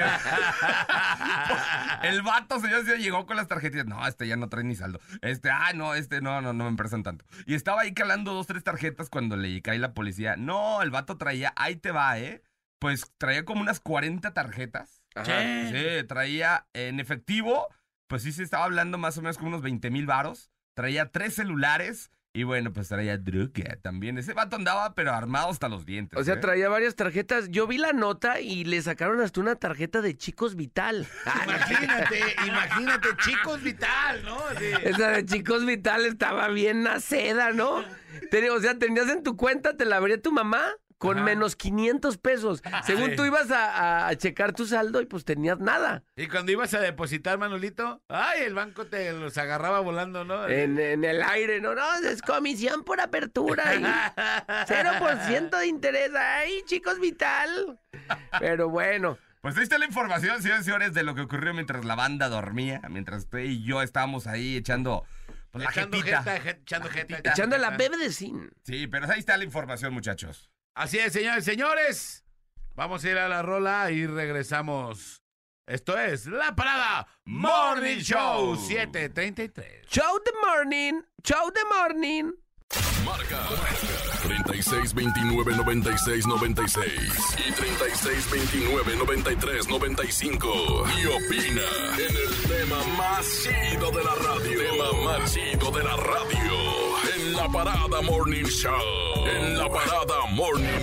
Speaker 3: El vato, señor, se llegó con las tarjetas. No, este ya no trae ni saldo. Este, ah, no, este no, no, no me prestan tanto. Y estaba ahí calando dos, tres tarjetas cuando le cae la policía. No, el vato traía, ahí te va, ¿eh? Pues traía como unas cuarenta tarjetas.
Speaker 4: Ajá.
Speaker 3: Sí, traía en efectivo, pues sí se estaba hablando más o menos como unos veinte mil varos. Traía tres celulares y bueno, pues traía droga también. Ese vato andaba pero armado hasta los dientes.
Speaker 4: O sea,
Speaker 3: ¿eh?
Speaker 4: traía varias tarjetas. Yo vi la nota y le sacaron hasta una tarjeta de Chicos Vital.
Speaker 2: Imagínate, imagínate, Chicos Vital, ¿no? Sí.
Speaker 4: Esa de Chicos Vital estaba bien naceda, ¿no? Ten- O sea, tenías en tu cuenta, te la abría tu mamá con
Speaker 3: Ajá.
Speaker 4: menos quinientos pesos. Según
Speaker 2: Sí.
Speaker 4: tú ibas a, a checar tu saldo y pues tenías nada.
Speaker 2: Y cuando ibas a depositar, Manolito, ay, el banco te los agarraba volando, ¿no?
Speaker 4: En, en el aire, no, no, es comisión por apertura y cero por ciento de interés. Ay, Chicos Vital. Pero bueno.
Speaker 3: Pues ahí está la información, señores y señores, de lo que ocurrió mientras la banda dormía, mientras usted y yo estábamos ahí echando pues, la
Speaker 2: Echando
Speaker 3: jetita.
Speaker 2: jeta, je- echando jeta.
Speaker 4: Echando la
Speaker 2: jeta.
Speaker 4: bebé de sin.
Speaker 3: Sí, pero ahí está la información, muchachos.
Speaker 2: Así es, señores, señores. Vamos a ir a la rola y regresamos. Esto es La Parada Morning Show siete treinta y tres.
Speaker 4: Show the morning, show the morning.
Speaker 6: Marca treinta y seis veintinueve noventa y seis noventa y seis y treinta y seis veintinueve noventa y tres noventa y cinco. Y opina en el tema más chido de la radio. Tema más chido de la radio. En la Parada Morning Show. En la Parada Morning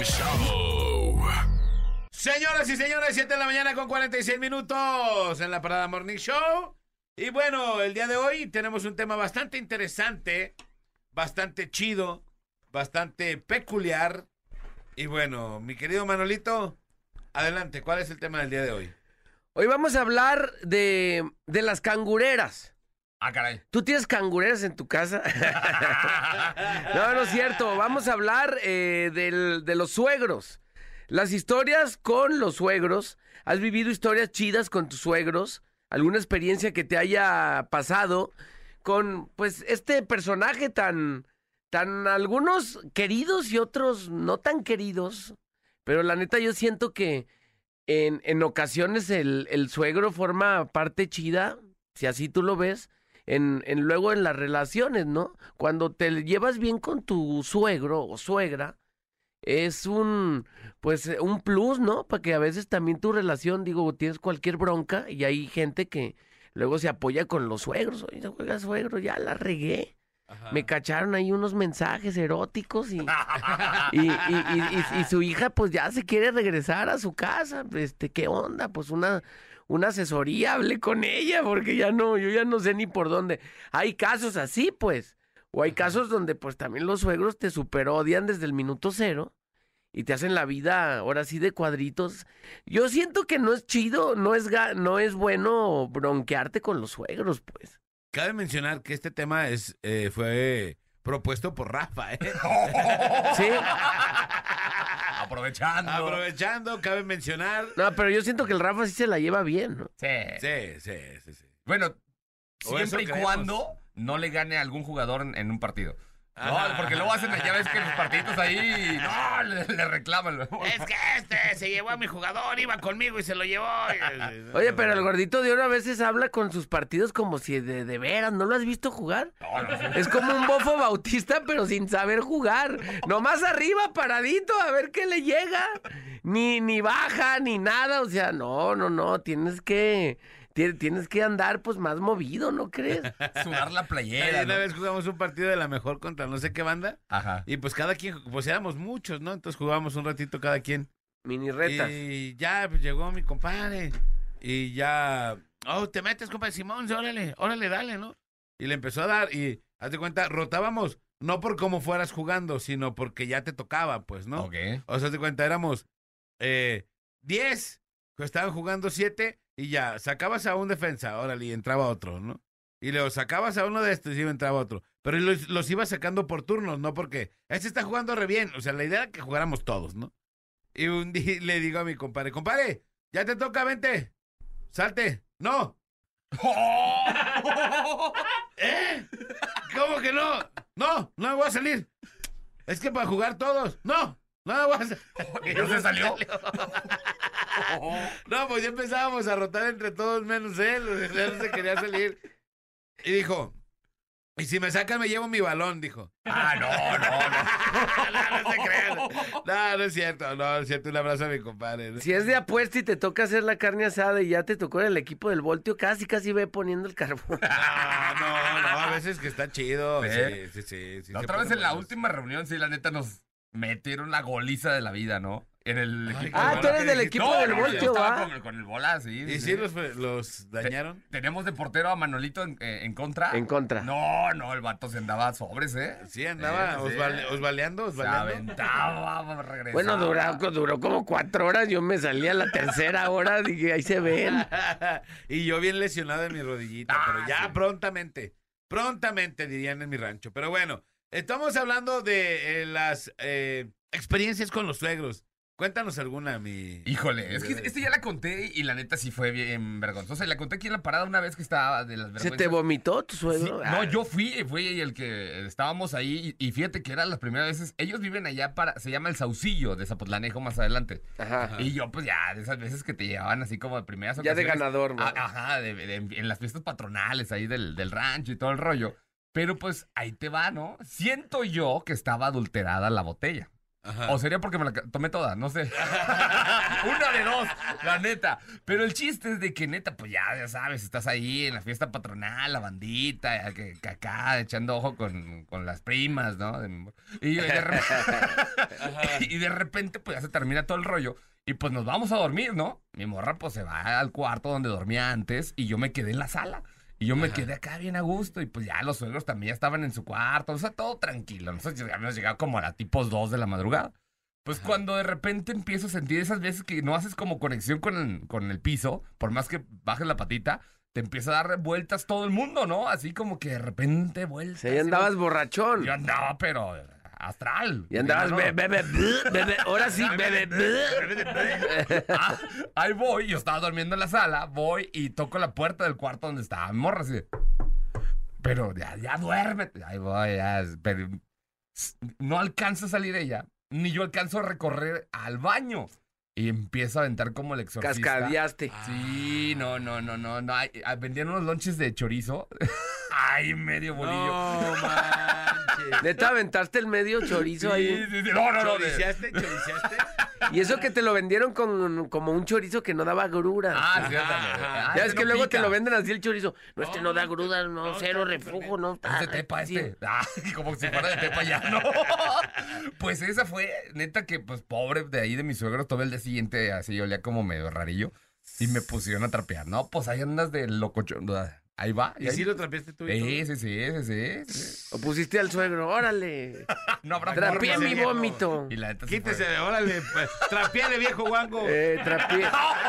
Speaker 6: Show.
Speaker 2: Señoras y señores, siete de la mañana con cuarenta y seis minutos en La Parada Morning Show. Y bueno, el día de hoy tenemos un tema bastante interesante, bastante chido, bastante peculiar. Y bueno, mi querido Manolito, adelante, ¿cuál es el tema del día de hoy?
Speaker 4: Hoy vamos a hablar de, de las cangureras.
Speaker 3: Ah, caray.
Speaker 4: ¿Tú tienes cangureras en tu casa? No, no es cierto. Vamos a hablar eh, del- de los suegros. Las historias con los suegros. ¿Has vivido historias chidas con tus suegros? ¿Alguna experiencia que te haya pasado con, pues, este personaje tan, tan algunos queridos y otros no tan queridos? Pero la neta yo siento que en, en ocasiones el, el suegro forma parte chida, si así tú lo ves, en, en luego en las relaciones, ¿no? Cuando te llevas bien con tu suegro o suegra, es un, pues, un plus, ¿no? Para que a veces también tu relación, digo, tienes cualquier bronca y hay gente que luego se apoya con los suegros. Oye, juega suegro, ya la regué. Me cacharon ahí unos mensajes eróticos y, y, y, y- y- y su hija pues ya se quiere regresar a su casa. Este, ¿qué onda? Pues una, una asesoría, hablé con ella porque ya no, yo ya no sé ni por dónde. Hay casos así, pues. O hay casos donde pues también los suegros te superodian desde el minuto cero y te hacen la vida ahora sí de cuadritos. Yo siento que no es chido, no es, ga- no es bueno bronquearte con los suegros, pues.
Speaker 2: Cabe mencionar que este tema es eh, fue propuesto por Rafa, ¿eh?
Speaker 4: Sí.
Speaker 3: Aprovechando.
Speaker 2: Aprovechando, cabe mencionar.
Speaker 4: No, pero yo siento que el Rafa sí se la lleva bien, ¿no?
Speaker 3: Sí.
Speaker 2: Sí, sí, sí, sí.
Speaker 3: Bueno,
Speaker 2: O eso
Speaker 3: siempre y
Speaker 2: creemos.
Speaker 3: cuando no le gane a algún jugador en, en un partido. No,
Speaker 2: Ajá.
Speaker 3: porque luego hacen, ya ves que en los partidos ahí, no, le, le reclaman.
Speaker 2: Es que este se llevó a mi jugador, iba conmigo y se lo llevó.
Speaker 4: Oye, pero el gordito de oro a veces habla con sus partidos como si de, de veras, ¿no lo has visto jugar?
Speaker 3: No, no, sí.
Speaker 4: Es como un bofo bautista, pero sin saber jugar. Nomás arriba, paradito, a ver qué le llega. Ni, ni baja, ni nada. O sea, no, no, no. Tienes que, ti- tienes que andar pues más movido, ¿no crees?
Speaker 3: Sudar la
Speaker 2: Ay,
Speaker 3: playera.
Speaker 2: una
Speaker 3: ¿no?
Speaker 2: vez jugamos un partido de la mejor contra no sé qué banda.
Speaker 3: Ajá.
Speaker 2: Y pues cada quien, pues éramos muchos, ¿no? Entonces jugábamos un ratito cada quien.
Speaker 4: Mini retas.
Speaker 2: Y ya pues, llegó mi compadre. Y ya. Oh, te metes, compadre Simón, sí, órale, órale, dale, ¿no? Y le empezó a dar. Y haz de cuenta, rotábamos, no por cómo fueras jugando, sino porque ya te tocaba, pues, ¿no?
Speaker 3: Ok.
Speaker 2: O sea, haz de cuenta, éramos eh, diez, que estaban jugando siete, y ya, sacabas a un defensa, órale, y entraba otro, ¿no? Y luego sacabas a uno de estos y entraba otro. Pero los, los ibas sacando por turnos, ¿no? Porque este está jugando re bien. O sea, la idea era que jugáramos todos, ¿no? Y un día le digo a mi compadre, compadre, ya te toca, vente, salte. No. ¿Eh? ¿Cómo que no? No, no voy a salir. Es que para jugar todos. No, no voy a salir.
Speaker 3: ¿Y no se salió?
Speaker 2: No, pues ya empezábamos a rotar entre todos menos él. Él no se quería salir. Y dijo, y si me sacan me llevo mi balón, dijo.
Speaker 3: Ah, no, no, no.
Speaker 2: No, no se crean. No, no es cierto, no, es cierto. Un abrazo a mi compadre. ¿No?
Speaker 4: Si es de apuesta y te toca hacer la carne asada y ya te tocó en el equipo del Voltio, casi, casi ve poniendo el carbón.
Speaker 2: No, no, no, a veces que está chido. Sí,
Speaker 3: ¿Eh?
Speaker 2: sí, sí. sí
Speaker 3: La
Speaker 2: se
Speaker 3: otra vez
Speaker 2: ponen
Speaker 3: en la
Speaker 2: buenos.
Speaker 3: última reunión, sí, la neta, nos metieron la goliza de la vida, ¿no? En el
Speaker 2: Ay,
Speaker 3: equipo
Speaker 2: qué
Speaker 4: Ah,
Speaker 3: del
Speaker 4: tú
Speaker 3: bola.
Speaker 4: eres del equipo
Speaker 3: No,
Speaker 4: del
Speaker 3: no, yo
Speaker 4: Voltio,
Speaker 3: estaba
Speaker 4: ¿va?
Speaker 3: con, con el bola, sí.
Speaker 2: ¿Y
Speaker 3: sí.
Speaker 2: sí los, los dañaron?
Speaker 3: Tenemos de portero a Manolito en, eh, en contra.
Speaker 4: En contra.
Speaker 3: No, no, el vato se andaba sobres, ¿eh?
Speaker 2: Sí, andaba
Speaker 3: Sí, sí.
Speaker 2: osvale- osvaleando,
Speaker 3: Se
Speaker 2: osvaleando.
Speaker 3: aventaba, regresaba.
Speaker 4: Bueno, duró, duró como cuatro horas. Yo me salí a la tercera hora. Dije, ahí se ven.
Speaker 2: Y yo bien lesionado en mi rodillita,
Speaker 3: Ah,
Speaker 2: pero ya
Speaker 3: sí.
Speaker 2: prontamente, prontamente dirían en mi rancho. Pero bueno, estamos hablando de eh, las eh, experiencias con los suegros. Cuéntanos alguna, mi...
Speaker 3: Híjole, es que este ya la conté y la neta sí fue bien vergonzosa. Y la conté aquí en la parada una vez que estaba de las
Speaker 4: ¿Se
Speaker 3: vergüenzas.
Speaker 4: te vomitó tu
Speaker 3: Sí,
Speaker 4: suegro?
Speaker 3: no,
Speaker 4: Ah,
Speaker 3: yo fui, fui el que estábamos ahí y, y fíjate que eran las primeras veces. Ellos viven allá para, se llama El Saucillo de Zapotlanejo más adelante.
Speaker 4: Ajá.
Speaker 3: Y yo pues ya, de esas veces que te llevaban así como de primeras
Speaker 4: Ya de
Speaker 3: ocasiones.
Speaker 4: ganador, ¿no?
Speaker 3: a- Ajá, de- de- en las fiestas patronales ahí del, del rancho y todo el rollo. Pero pues ahí te va, ¿no? Siento yo que estaba adulterada la botella.
Speaker 2: Ajá.
Speaker 3: O sería porque me la ca- tomé toda, no sé. Una de dos, la neta. Pero el chiste es de que neta, pues ya, ya sabes, estás ahí en la fiesta patronal, la bandita, que, que acá echando ojo con, con las primas, ¿no? De- y, de repente, y de repente, pues ya se termina todo el rollo. Y pues nos vamos a dormir, ¿no? Mi morra pues se va al cuarto donde dormía antes y yo me quedé en la sala. Y yo me
Speaker 2: Ajá.
Speaker 3: quedé acá bien a gusto y pues ya los suegros también ya estaban en su cuarto, o sea, todo tranquilo. Nosotros ya habíamos llegado como a las tipos dos de la madrugada. Pues
Speaker 2: Ajá.
Speaker 3: cuando de repente empiezo a sentir esas veces que no haces como conexión con el, con el piso, por más que bajes la patita, te empieza a dar vueltas todo el mundo, ¿no? Así como que de repente vueltas.
Speaker 4: Sí, ahí andabas borrachón.
Speaker 3: Yo andaba, pero astral.
Speaker 4: Y andabas,
Speaker 3: ¿no?
Speaker 4: bebé, bebé, bebé. Ahora sí, bebé, bebé.
Speaker 3: Ah, ahí voy, yo estaba durmiendo en la sala, voy y toco la puerta del cuarto donde estaba mi morra, así de, pero ya, ya duérmete. Ahí voy, ya, pero s- no alcanza a salir ella, ni yo alcanzo a recorrer al baño. Y empiezo a aventar como el exorcista.
Speaker 4: Cascadeaste.
Speaker 3: Sí, no, no, no, no, no. Ay, ah, vendían unos lonches de chorizo. Ay, medio bolillo.
Speaker 2: No manches.
Speaker 4: Neta, aventaste el medio chorizo ahí.
Speaker 3: Sí, sí, sí. No, no, no. de-
Speaker 2: ¿Choriciaste? ¿Choriciaste?
Speaker 4: Y eso que te lo vendieron con como un chorizo que no daba gruras.
Speaker 3: Ah, sí,
Speaker 2: Ajá,
Speaker 3: ándale.
Speaker 2: ajá.
Speaker 3: Ah,
Speaker 4: Ya
Speaker 3: ese
Speaker 4: es que
Speaker 3: no
Speaker 4: luego
Speaker 3: pica.
Speaker 4: te lo venden así el chorizo. No, este no da grudas, no,
Speaker 2: no,
Speaker 4: cero
Speaker 2: está
Speaker 4: reflujo, no.
Speaker 3: Es de
Speaker 4: Ah,
Speaker 3: Tepa
Speaker 4: sí.
Speaker 3: este. Ah, como si fuera de Tepa ya, ¿no? Pues esa fue, neta, que pues pobre de ahí de mis suegros, todo el día siguiente así olía como medio rarillo. Y me pusieron a trapear. No, pues ahí andas de locochón. Ahí va.
Speaker 2: ¿Y si lo trapeaste tú? y
Speaker 3: Sí,
Speaker 2: todo?
Speaker 3: sí, sí, sí, sí, sí.
Speaker 4: O pusiste al suegro, órale.
Speaker 3: No habrá
Speaker 4: Trapié
Speaker 3: forma,
Speaker 4: mi
Speaker 3: viejo.
Speaker 4: vómito.
Speaker 3: Y la neta sí
Speaker 2: Quítese,
Speaker 3: fue.
Speaker 2: órale, pues, trapiale, viejo guango.
Speaker 4: Eh, trapié.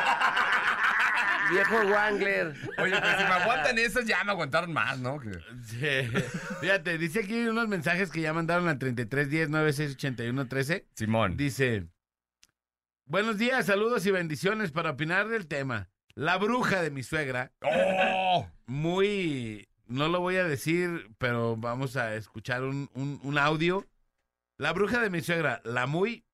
Speaker 4: Viejo Wangler.
Speaker 3: Oye, pues si me aguantan esas, ya me aguantaron más, ¿no? Que-
Speaker 2: Sí. Fíjate, dice aquí unos mensajes que ya mandaron al treinta y tres diez noventa y seis ochenta y uno trece.
Speaker 3: Simón.
Speaker 2: Dice, buenos días, saludos y bendiciones para opinar del tema. La bruja de mi suegra,
Speaker 3: ¡Oh!
Speaker 2: muy, no lo voy a decir, pero vamos a escuchar un, un, un audio. La bruja de mi suegra, la muy...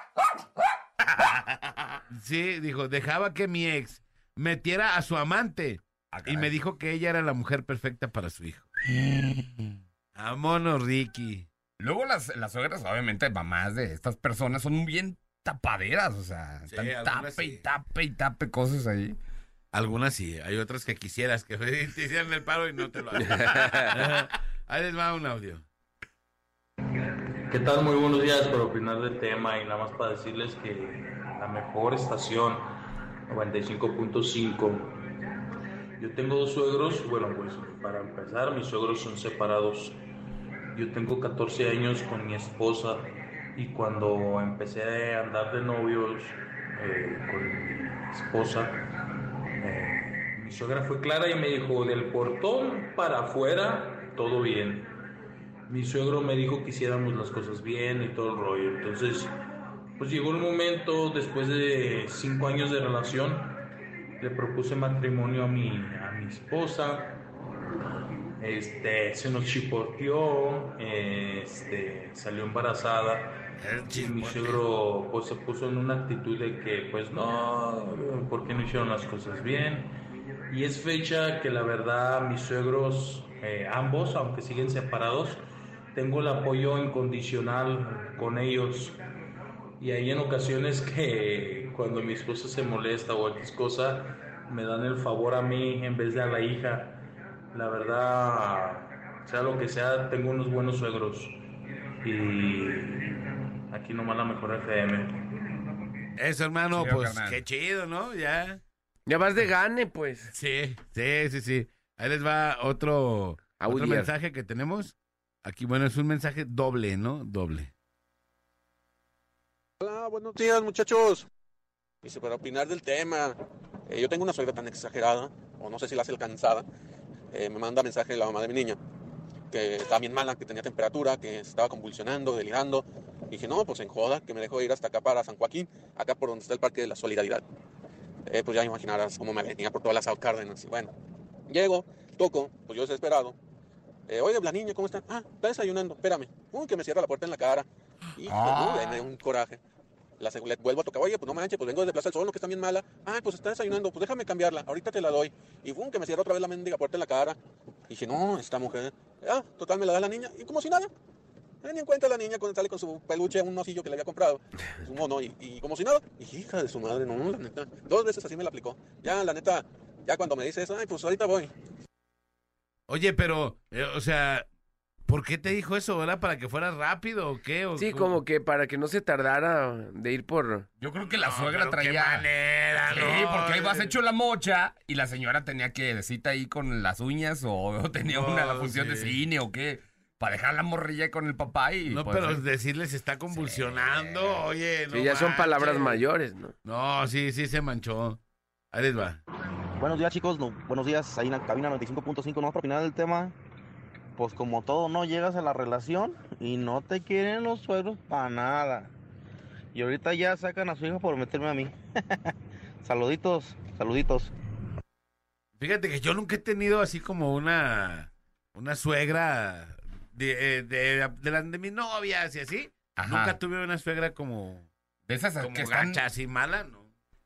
Speaker 2: Sí, dijo, dejaba que mi ex metiera a su amante
Speaker 3: Ah,
Speaker 2: y
Speaker 3: caray.
Speaker 2: me dijo que ella era la mujer perfecta para su hijo. Vámonos, Ricky.
Speaker 3: Luego las, las suegras, obviamente, mamás de estas personas son bien tapaderas, o sea,
Speaker 2: Sí,
Speaker 3: están
Speaker 2: algunas
Speaker 3: tape y
Speaker 2: sí.
Speaker 3: tape y tape cosas ahí.
Speaker 2: Algunas sí, hay otras que quisieras que te hicieran el paro y no te lo hacen. Ahí les va un audio.
Speaker 7: ¿Qué tal? Muy buenos días para opinar del tema y nada más para decirles que la mejor estación noventa y cinco punto cinco. Yo tengo dos suegros, bueno pues para empezar mis suegros son separados. Yo tengo catorce años con mi esposa y cuando empecé a andar de novios eh, con mi esposa, eh, mi suegra fue clara y me dijo del portón para afuera todo bien. Mi suegro me dijo que hiciéramos las cosas bien y todo el rollo. Entonces, pues llegó el momento, después de cinco años de relación, le propuse matrimonio a mi, a mi esposa. este, se nos chipoteó, este, salió embarazada. Y mi suegro pues se puso en una actitud de que pues no, ¿por qué no hicieron las cosas bien? Y es fecha que la verdad mis suegros, eh, ambos, aunque siguen separados, tengo el apoyo incondicional con ellos. Y hay en ocasiones que cuando mi esposa se molesta o X cosa, me dan el favor a mí en vez de a la hija. La verdad, sea lo que sea, tengo unos buenos suegros. Y aquí nomás la mejor F M.
Speaker 2: Eso, hermano,
Speaker 3: Chido,
Speaker 2: pues
Speaker 3: carnal.
Speaker 2: qué chido, ¿no? Ya.
Speaker 4: Ya vas de gane, pues.
Speaker 2: Sí, sí, sí, sí. Ahí les va otro, otro
Speaker 4: Audier.
Speaker 2: mensaje que tenemos. Aquí, bueno, es un mensaje doble, ¿no? Doble.
Speaker 8: Hola, buenos días muchachos. Dice, para opinar del tema, eh, yo tengo una suegra tan exagerada, o no sé si la hace alcanzada, eh, me manda mensaje la mamá de mi niña, que estaba bien mala, que tenía temperatura, que estaba convulsionando, delirando. Y dije, no, pues en joda, que me dejó ir hasta acá para San Joaquín, acá por donde está el Parque de la Solidaridad. Eh, pues ya imaginarás cómo me venía por todas las Cárdenas. Y bueno, llego, toco, pues yo desesperado. Eh, Oye, la niña, ¿cómo está? Ah, está desayunando, espérame. Uy, que me cierra la puerta en la cara. Hijo,
Speaker 3: Ah.
Speaker 8: no, me dio un coraje. La, le vuelvo a tocar, oye, pues no manches, pues vengo desde Plaza del Sol, no, que está bien mala. Ah, pues está desayunando, pues déjame cambiarla, ahorita te la doy. Y pum, que me cierra otra vez la mendiga puerta en la cara. Y dije, no, esta mujer. Ah, total, me la da la niña, y como si nada. Eh, ni en cuenta la niña cuando sale con su peluche, un osillo que le había comprado, su mono, y, y como si nada. Y hija de su madre, no, la neta. Dos veces así me la aplicó. Ya, la neta, ya cuando me dice eso, ay, pues ahorita voy.
Speaker 2: Oye, pero, eh, o sea, ¿por qué te dijo eso, verdad? ¿Para que fuera rápido o qué? ¿O
Speaker 4: Sí,
Speaker 2: cómo?
Speaker 4: como que para que no se tardara de ir por...
Speaker 3: Yo creo que la
Speaker 2: No,
Speaker 3: suegra
Speaker 2: pero
Speaker 3: traía...
Speaker 2: qué manera,
Speaker 3: Sí,
Speaker 2: ¿no?
Speaker 3: porque ahí vas hecho la mocha y la señora tenía que cita ahí con las uñas o, o tenía
Speaker 2: No,
Speaker 3: una la función de
Speaker 2: sí.
Speaker 3: cine o qué. Para dejar la morrilla con el papá y...
Speaker 2: No,
Speaker 3: pues,
Speaker 2: pero
Speaker 3: eh,
Speaker 2: decirles está convulsionando, oye, no
Speaker 4: Sí, ya son palabras
Speaker 2: manches.
Speaker 4: mayores, ¿no?
Speaker 2: No, sí, sí se manchó. Ahí les va.
Speaker 9: Buenos días, chicos. No, buenos días. Ahí en la cabina noventa y cinco punto cinco. No, para opinar del tema. Pues como todo, no llegas a la relación y no te quieren los suegros para nada. Y ahorita ya sacan a su hija por meterme a mí. Saluditos, saluditos.
Speaker 2: Fíjate que yo nunca he tenido así como una, una suegra de, eh, de, de las de mis novias y así.
Speaker 3: Ajá.
Speaker 2: Nunca tuve una suegra como,
Speaker 3: de esas
Speaker 2: como
Speaker 3: que están...
Speaker 2: gacha, así mala, ¿no?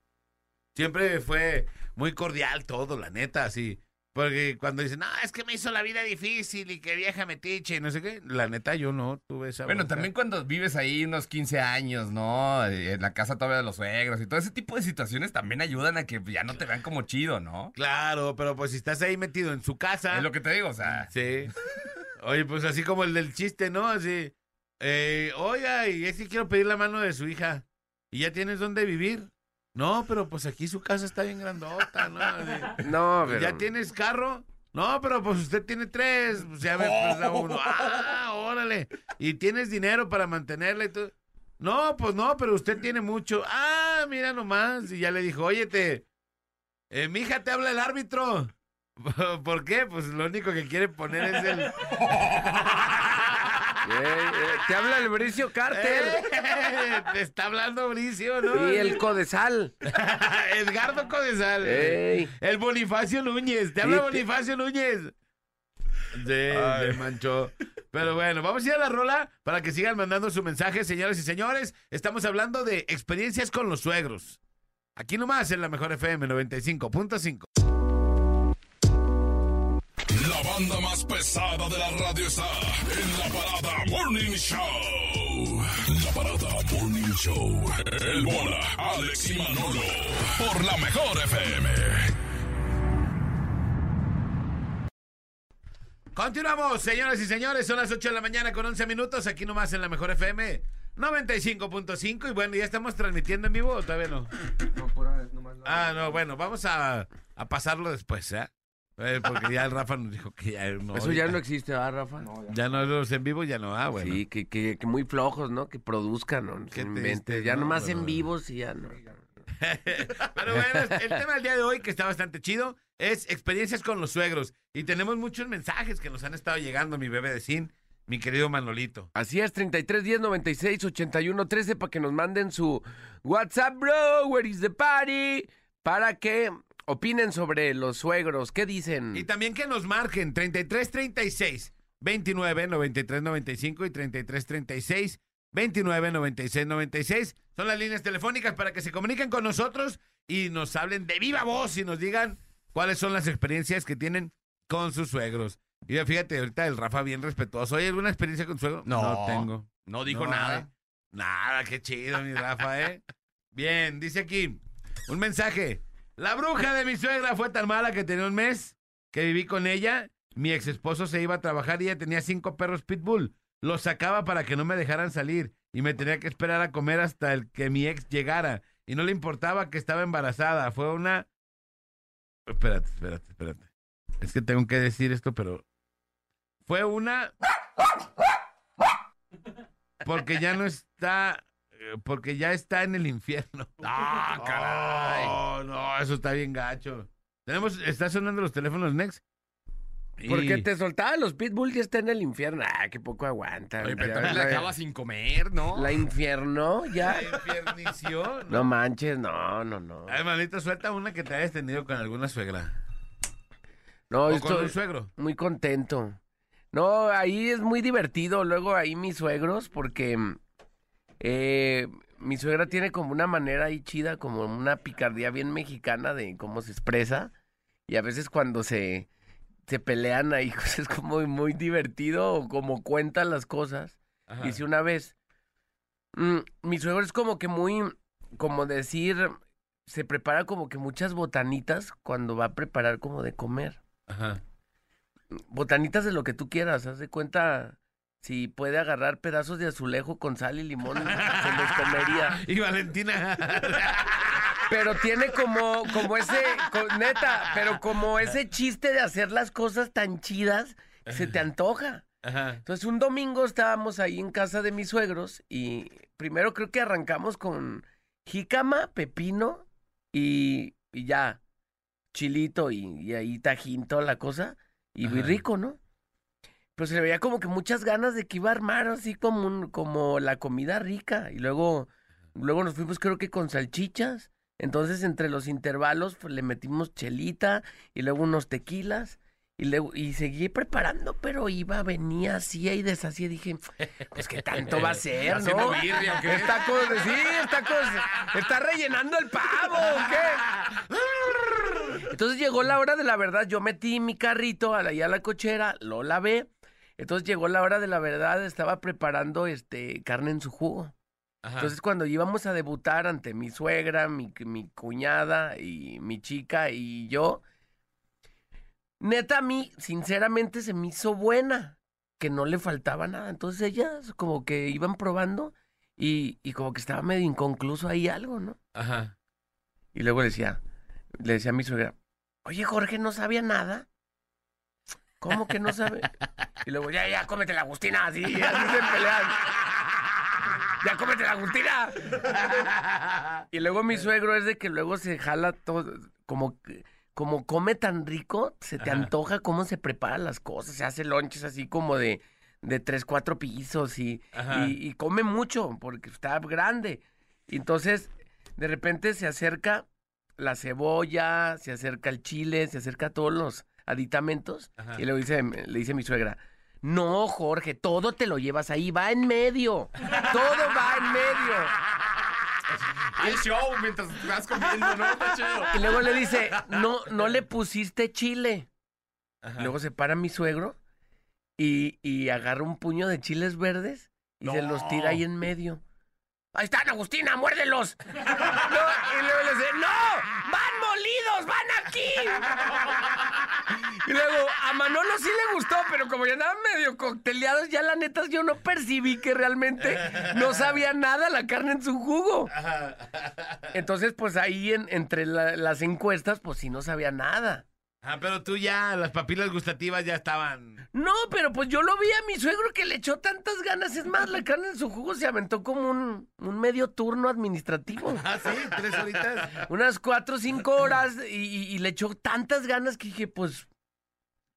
Speaker 2: Siempre fue muy cordial todo, la neta, así. Porque cuando dicen, no, es que me hizo la vida difícil y que vieja metiche y no sé qué, la neta yo no tuve esa
Speaker 3: Bueno,
Speaker 2: bronca.
Speaker 3: también cuando vives ahí unos quince años, ¿no? En la casa todavía de los suegros y todo ese tipo de situaciones también ayudan a que ya no te vean como chido, ¿no?
Speaker 2: Claro, pero pues si estás ahí metido en su casa...
Speaker 3: Es lo que te digo, o sea...
Speaker 2: Sí. Oye, pues así como el del chiste, ¿no? Así, eh, oiga, y es que quiero pedir la mano de su hija. ¿Y ya tienes dónde vivir? No, pero pues aquí su casa está bien grandota, ¿no? Así,
Speaker 4: No, pero...
Speaker 2: ¿ya tienes carro? No, pero pues usted tiene tres. Pues ya me presta uno. Ah, órale. ¿Y tienes dinero para mantenerla y todo? No, pues no, pero usted tiene mucho. Ah, mira nomás. Y ya le dijo, óyete, eh, mi hija te habla el árbitro. ¿Por qué? Pues lo único que quiere poner es el...
Speaker 4: Eh, eh, te habla el Bricio Carter
Speaker 2: Eh, te está hablando Bricio, ¿no?
Speaker 4: y el Codesal.
Speaker 2: Edgardo Codesal.
Speaker 4: Ey.
Speaker 2: El Bonifacio Núñez. Te habla
Speaker 4: Sí, te-
Speaker 2: Bonifacio Núñez. Sí, se manchó. Pero bueno, vamos a ir a la rola para que sigan mandando su mensaje, señoras y señores. Estamos hablando de experiencias con los suegros. Aquí nomás en la mejor F M noventa y cinco punto cinco.
Speaker 6: La banda más pesada de la radio está en la Parada Morning Show. La Parada Morning Show. El Bola, Alex y Manolo. Por la mejor F M.
Speaker 2: Continuamos, señoras y señores. Son las ocho de la mañana con once minutos. Aquí nomás en la mejor F M noventa y cinco punto cinco. Y bueno, ya estamos transmitiendo en vivo o todavía no. Ah, no, bueno, vamos a, a pasarlo después, ¿eh? Eh, porque ya el Rafa nos dijo que ya no.
Speaker 4: Eso ya no existe, ¿verdad, Rafa?
Speaker 2: Ya no los en vivo, ya no. Ah, bueno.
Speaker 4: Sí, que, que, que muy flojos, ¿no? Que produzcan, ¿no?
Speaker 2: Qué
Speaker 4: Se
Speaker 2: triste,
Speaker 4: inventen. Ya
Speaker 2: ¿no?
Speaker 4: nomás
Speaker 2: Pero
Speaker 4: en
Speaker 2: bueno.
Speaker 4: vivos y ya no.
Speaker 2: Pero bueno, el tema del día de hoy, que está bastante chido, es experiencias con los suegros. Y tenemos muchos mensajes que nos han estado llegando, mi bebé de Sin, mi querido Manolito.
Speaker 4: Así es, treinta y tres, diez, noventa y seis, ochenta y uno, trece para que nos manden su WhatsApp, bro, where is the party? Para que opinen sobre los suegros. ¿Qué dicen?
Speaker 2: Y también que nos marquen treinta y tres treinta y seis veintinueve noventa y tres noventa y cinco y treinta y tres treinta y seis veintinueve noventa y seis noventa y seis. Son las líneas telefónicas para que se comuniquen con nosotros y nos hablen de viva voz y nos digan cuáles son las experiencias que tienen con sus suegros. Y ya fíjate, ahorita el Rafa bien respetuoso. ¿Hay alguna experiencia con suegro?
Speaker 3: No.
Speaker 2: tengo.
Speaker 3: No dijo
Speaker 2: No,
Speaker 3: nada.
Speaker 2: eh. Nada, qué chido, mi Rafa, ¿eh? Bien, dice aquí un mensaje. La bruja de mi suegra fue tan mala que tenía un mes que viví con ella. Mi ex esposo se iba a trabajar y ella tenía cinco perros pitbull. Los sacaba para que no me dejaran salir y me tenía que esperar a comer hasta el que mi ex llegara. Y no le importaba que estaba embarazada. Fue una... Espérate, espérate, espérate. Es que tengo que decir esto, pero... Fue una... Porque ya no está... Porque ya está en el infierno.
Speaker 3: ¡Ah, caray!
Speaker 2: Oh, no, eso está bien gacho. Tenemos... Está sonando los teléfonos Next. Y-
Speaker 4: Porque te soltaba los pitbull y está en el infierno. Ah, qué poco aguanta.
Speaker 3: Oye, pero
Speaker 4: Ya,
Speaker 3: también la
Speaker 4: la,
Speaker 3: dejaba sin comer, ¿no?
Speaker 4: la infierno, ya.
Speaker 2: La infiernició, ¿no?
Speaker 4: No manches, no, no, no.
Speaker 2: Ay, manito, suelta una que te hayas tenido con alguna suegra.
Speaker 4: No,
Speaker 2: O con
Speaker 4: estoy
Speaker 2: un suegro.
Speaker 4: muy contento. No, ahí es muy divertido. Luego ahí mis suegros, porque eh, mi suegra tiene como una manera ahí chida, como una picardía bien mexicana de cómo se expresa. Y a veces cuando se, se pelean ahí, pues es como muy divertido, o como cuentan las cosas.
Speaker 3: Ajá.
Speaker 4: Dice una vez, mm, mi suegro es como que muy, como decir, se prepara como que muchas botanitas cuando va a preparar como de comer.
Speaker 2: Ajá.
Speaker 4: Botanitas de lo que tú quieras, haz de cuenta, si puede agarrar pedazos de azulejo con sal y limón, se los comería.
Speaker 2: Y Valentina.
Speaker 4: Pero tiene como, como ese, co- neta, pero como ese chiste de hacer las cosas tan chidas, que se te antoja.
Speaker 2: Ajá.
Speaker 4: Entonces un domingo estábamos ahí en casa de mis suegros y primero creo que arrancamos con jícama, pepino y, y ya, chilito y, y ahí tajín, toda la cosa. Y muy
Speaker 2: Ajá.
Speaker 4: rico, ¿no? Pero se le veía como que muchas ganas de que iba a armar así como, un, como la comida rica. Y luego, luego nos fuimos creo que con salchichas. Entonces entre los intervalos pues, le metimos chelita y luego unos tequilas. Y, luego, y seguí preparando, pero iba, venía, hacía y deshacía. Dije, pues qué tanto va a ser,
Speaker 3: ¿Haciendo
Speaker 4: ¿no?
Speaker 3: birria o qué?
Speaker 4: Está co- sí, está, co- está rellenando el pavo, ¿o qué? Entonces llegó la hora de la verdad, yo metí mi carrito allá a la cochera, lo lavé. Entonces llegó la hora de la verdad, estaba preparando este carne en su jugo.
Speaker 3: Ajá.
Speaker 4: Entonces cuando íbamos a debutar ante mi suegra, mi, mi cuñada y mi chica y yo, neta a mí, sinceramente se me hizo buena, que no le faltaba nada. Entonces ellas como que iban probando y, y como que estaba medio inconcluso ahí algo, ¿no?
Speaker 3: Ajá.
Speaker 4: Y luego le decía, le decía a mi suegra, oye, Jorge, ¿no sabía nada? ¿Cómo que no sabe? Y luego, ya, ya, cómete la Agustina, así, así se pelean. Ya, cómete la Agustina. Y luego mi suegro es de que luego se jala todo, como, que- como come tan rico, se te
Speaker 2: Ajá.
Speaker 4: antoja cómo se preparan las cosas, se hace lonches así como de, de tres, cuatro pisos y,
Speaker 2: Ajá.
Speaker 4: y, y come mucho porque está grande. Y entonces, de repente se acerca la cebolla, se acerca el chile, se acerca todos los aditamentos.
Speaker 2: Ajá.
Speaker 4: Y le dice, le dice mi suegra, no, Jorge, todo te lo llevas ahí, va en medio. Todo va en medio.
Speaker 3: El show mientras vas comiendo, ¿no? Está chido.
Speaker 4: Y luego le dice, no, no le pusiste chile.
Speaker 2: Ajá.
Speaker 4: Y luego se para mi suegro y, y agarra un puño de chiles verdes y se
Speaker 3: No.
Speaker 4: los tira ahí en medio. Ahí están, Agustina, muérdelos. No, y luego le dice, no, van molidos, van aquí. Y luego a Manolo sí le gustó, pero como ya andaban medio cocteleados, ya la neta yo no percibí que realmente no sabía nada la carne en su jugo. Entonces, pues ahí en- entre la- las encuestas, pues sí no sabía nada.
Speaker 2: Ah, pero tú ya, las papilas gustativas ya estaban.
Speaker 4: No, pero pues yo lo vi a mi suegro que le echó tantas ganas. Es más, la carne en su jugo se aventó como un, un medio turno administrativo.
Speaker 2: Ah, sí, tres horitas.
Speaker 4: Unas cuatro o cinco horas y, y- y le echó tantas ganas que dije, pues,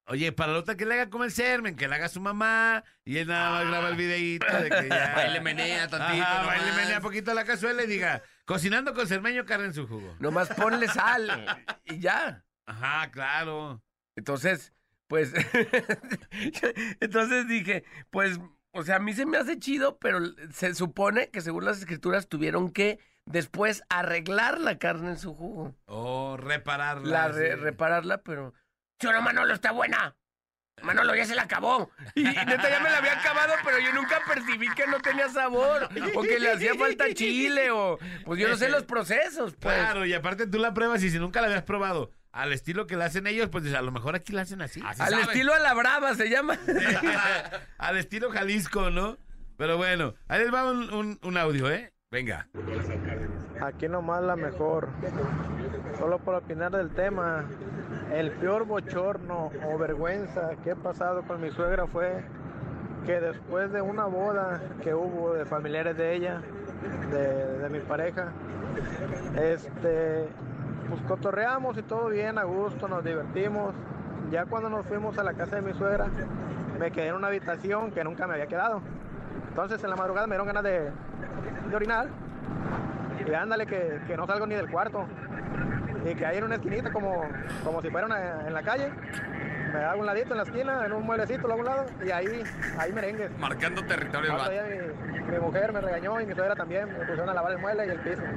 Speaker 2: Oye, para la otra que le haga comer sermen, que le haga su mamá, y él nada más
Speaker 3: Ah.
Speaker 2: graba el videíto de que ya...
Speaker 3: Baile menea tantito.
Speaker 2: Ajá,
Speaker 3: nomás.
Speaker 2: baile menea poquito la cazuela y diga, cocinando con cermeño, carne en su jugo.
Speaker 4: Nomás ponle sal y ya.
Speaker 2: Ajá, claro.
Speaker 4: Entonces, pues, entonces dije, pues, o sea, a mí se me hace chido, pero se supone que según las escrituras tuvieron que después arreglar la carne en su jugo.
Speaker 2: O repararla.
Speaker 4: La re-
Speaker 2: sí.
Speaker 4: repararla, pero... Yo no, Manolo, está buena. Manolo, ya se la acabó. Y neta, ya me la había acabado, pero yo nunca percibí que no tenía sabor. O que le hacía falta chile, o... Pues yo no sé los procesos, pues.
Speaker 2: Claro, y aparte tú la pruebas y si nunca la habías probado al estilo que la hacen ellos, pues a lo mejor aquí la hacen así.
Speaker 3: Así
Speaker 4: Al
Speaker 3: saben.
Speaker 4: estilo a la brava se llama.
Speaker 2: Al estilo Jalisco, ¿no? Pero bueno, ahí les va un, un, un audio, ¿eh?
Speaker 3: Venga.
Speaker 10: Aquí nomás la mejor. Solo por opinar del tema, el peor bochorno o vergüenza que he pasado con mi suegra fue que después de una boda que hubo de familiares de ella, de, de mi pareja, este, pues cotorreamos y todo bien, a gusto, nos divertimos. Ya cuando nos fuimos a la casa de mi suegra, me quedé en una habitación que nunca me había quedado. Entonces en la madrugada me dieron ganas de, de orinar. Y ándale que, que no salgo ni del cuarto. Y que ahí en una esquinita como, como si fuera una, en la calle. Me hago un ladito en la esquina, en un mueblecito, lo hago a un lado. Y ahí, ahí merengues.
Speaker 3: Marcando territorio.
Speaker 10: Otro
Speaker 3: el
Speaker 10: día mi, mi mujer me regañó y mi suegra también. Me pusieron a lavar el mueble y el piso.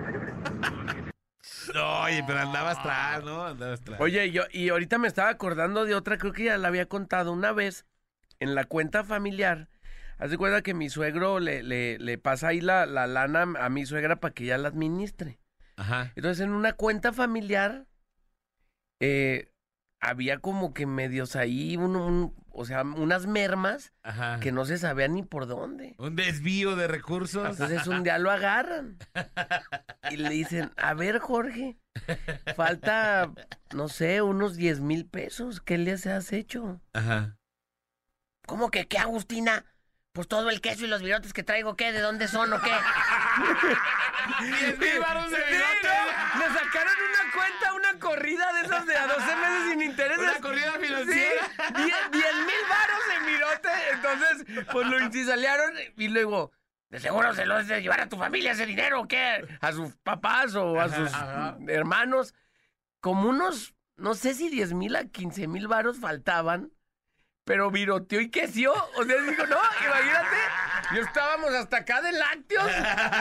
Speaker 2: No, oye, pero andabas atrás, ¿no? Andabas atrás.
Speaker 4: Oye, yo, y ahorita me estaba acordando de otra, creo que ya la había contado una vez, en la cuenta familiar. Haz de cuenta que mi suegro le, le, le pasa ahí la, la lana a mi suegra para que ella la administre.
Speaker 2: Ajá.
Speaker 4: Entonces, en una cuenta familiar, eh, había como que medios ahí, un, un- o sea, unas mermas
Speaker 2: Ajá.
Speaker 4: que no se sabía ni por dónde.
Speaker 2: Un desvío de recursos.
Speaker 4: Entonces, un día lo agarran y le dicen, a ver, Jorge, falta, no sé, unos diez mil pesos. ¿Qué les has hecho?
Speaker 2: Ajá.
Speaker 4: ¿Cómo que qué, Agustina? Pues todo el queso y los virotes que traigo, ¿qué? ¿De dónde son o qué?
Speaker 2: ¡diez mil varos de
Speaker 4: Sí,
Speaker 2: bigote!
Speaker 4: ¿no? Le sacaron una cuenta, una corrida de esas de a doce meses sin intereses.
Speaker 2: Una corrida financiera.
Speaker 4: Sí, diez mil varos en virote. Entonces, pues lo incisalieron y luego, de seguro se lo has de llevar a tu familia ese dinero, ¿o qué? A sus papás o a sus
Speaker 2: Ajá.
Speaker 4: hermanos. Como unos, no sé si diez mil a quince mil varos faltaban. Pero viroteó y queseó. O sea, dijo, no, imagínate. Yo estábamos hasta acá de lácteos.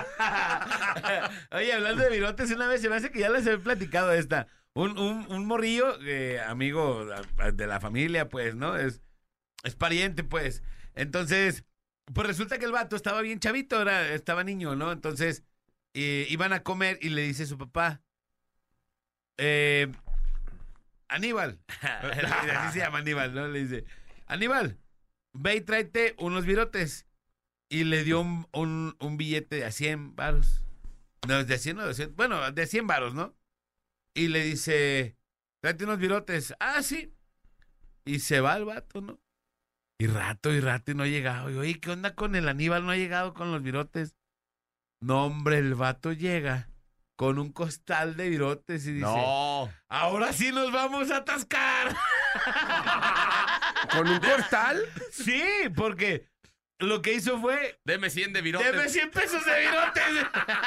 Speaker 2: Oye, hablando de virotes, una vez se me hace que ya les he platicado esta. Un, un, un morrillo, eh, amigo de la familia, pues, ¿no? Es, es pariente, pues. Entonces, pues resulta que el vato estaba bien chavito, era, estaba niño, ¿no? Entonces, eh, iban a comer y le dice su papá, eh, Aníbal, así se llama Aníbal, ¿no? Le dice, Aníbal, ve y tráete unos virotes. Y le dio un, un, un billete de a cien varos. No, de cien o de cien. Bueno, de cien varos, ¿no? Y le dice, tráete unos virotes. Ah, sí. Y se va el vato, ¿no? Y rato y rato y no ha llegado. Y oye, ¿qué onda con el Aníbal? No ha llegado con los virotes. No, hombre, el vato llega con un costal de virotes y dice,
Speaker 3: No.
Speaker 2: ahora sí nos vamos a atascar.
Speaker 4: ¿Con un costal?
Speaker 2: Sí, porque lo que hizo fue,
Speaker 3: Deme cien de virotes.
Speaker 2: deme cien pesos de virotes.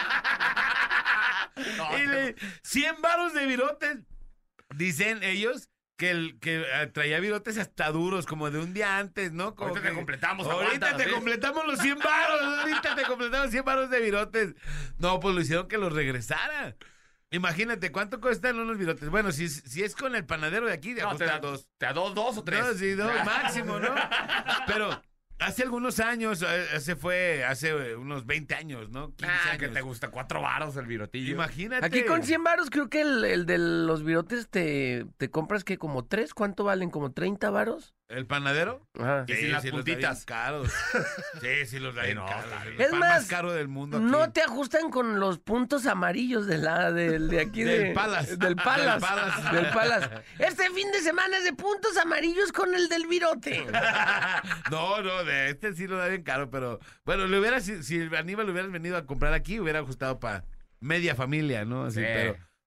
Speaker 3: No,
Speaker 2: Y le- cien varos de virotes. Dicen ellos que, el, que eh, traía virotes hasta duros, como de un día antes, ¿no? Como
Speaker 3: Ahorita te
Speaker 2: que-
Speaker 3: completamos,
Speaker 2: Ahorita
Speaker 3: aguanta,
Speaker 2: te
Speaker 3: ¿sí?
Speaker 2: completamos los cien varos. Ahorita te completamos cien varos de virotes. No, pues lo hicieron que los regresara. Imagínate, ¿cuánto cuestan unos virotes? Bueno, si, si es con el panadero de aquí, de
Speaker 3: No, te da dos. ¿Te da dos, dos o tres?
Speaker 2: No, sí, dos máximo, ¿no? Pero hace algunos años, eh, ese fue hace eh, unos veinte años, ¿no? quince
Speaker 3: Ah,
Speaker 2: años.
Speaker 3: que te gusta cuatro varos el virotillo.
Speaker 2: Imagínate.
Speaker 4: Aquí con cien varos creo que el, el de los virotes te, te compras que como tres. ¿Cuánto valen? ¿Como treinta varos?
Speaker 2: ¿El panadero?
Speaker 4: Ajá.
Speaker 3: Y sin las
Speaker 2: los da bien
Speaker 3: puntitas.
Speaker 2: caros. Sí, sí, los da
Speaker 3: Sí,
Speaker 2: bien
Speaker 3: no,
Speaker 2: caros.
Speaker 3: está bien.
Speaker 2: El
Speaker 4: Es
Speaker 2: pan
Speaker 4: más,
Speaker 2: más caro del mundo aquí.
Speaker 4: No te ajustan con los puntos amarillos de la del de aquí
Speaker 2: Del
Speaker 4: de
Speaker 2: Palace.
Speaker 4: del Palace,
Speaker 2: Del Palace.
Speaker 4: del Palace. Este fin de semana es de puntos amarillos con el del virote.
Speaker 2: No, no, de este sí lo da bien caro, pero bueno, le hubiera, si, si Aníbal lo hubieras venido a comprar aquí, hubiera ajustado para media familia, ¿no? Así,
Speaker 3: Sí.
Speaker 2: pero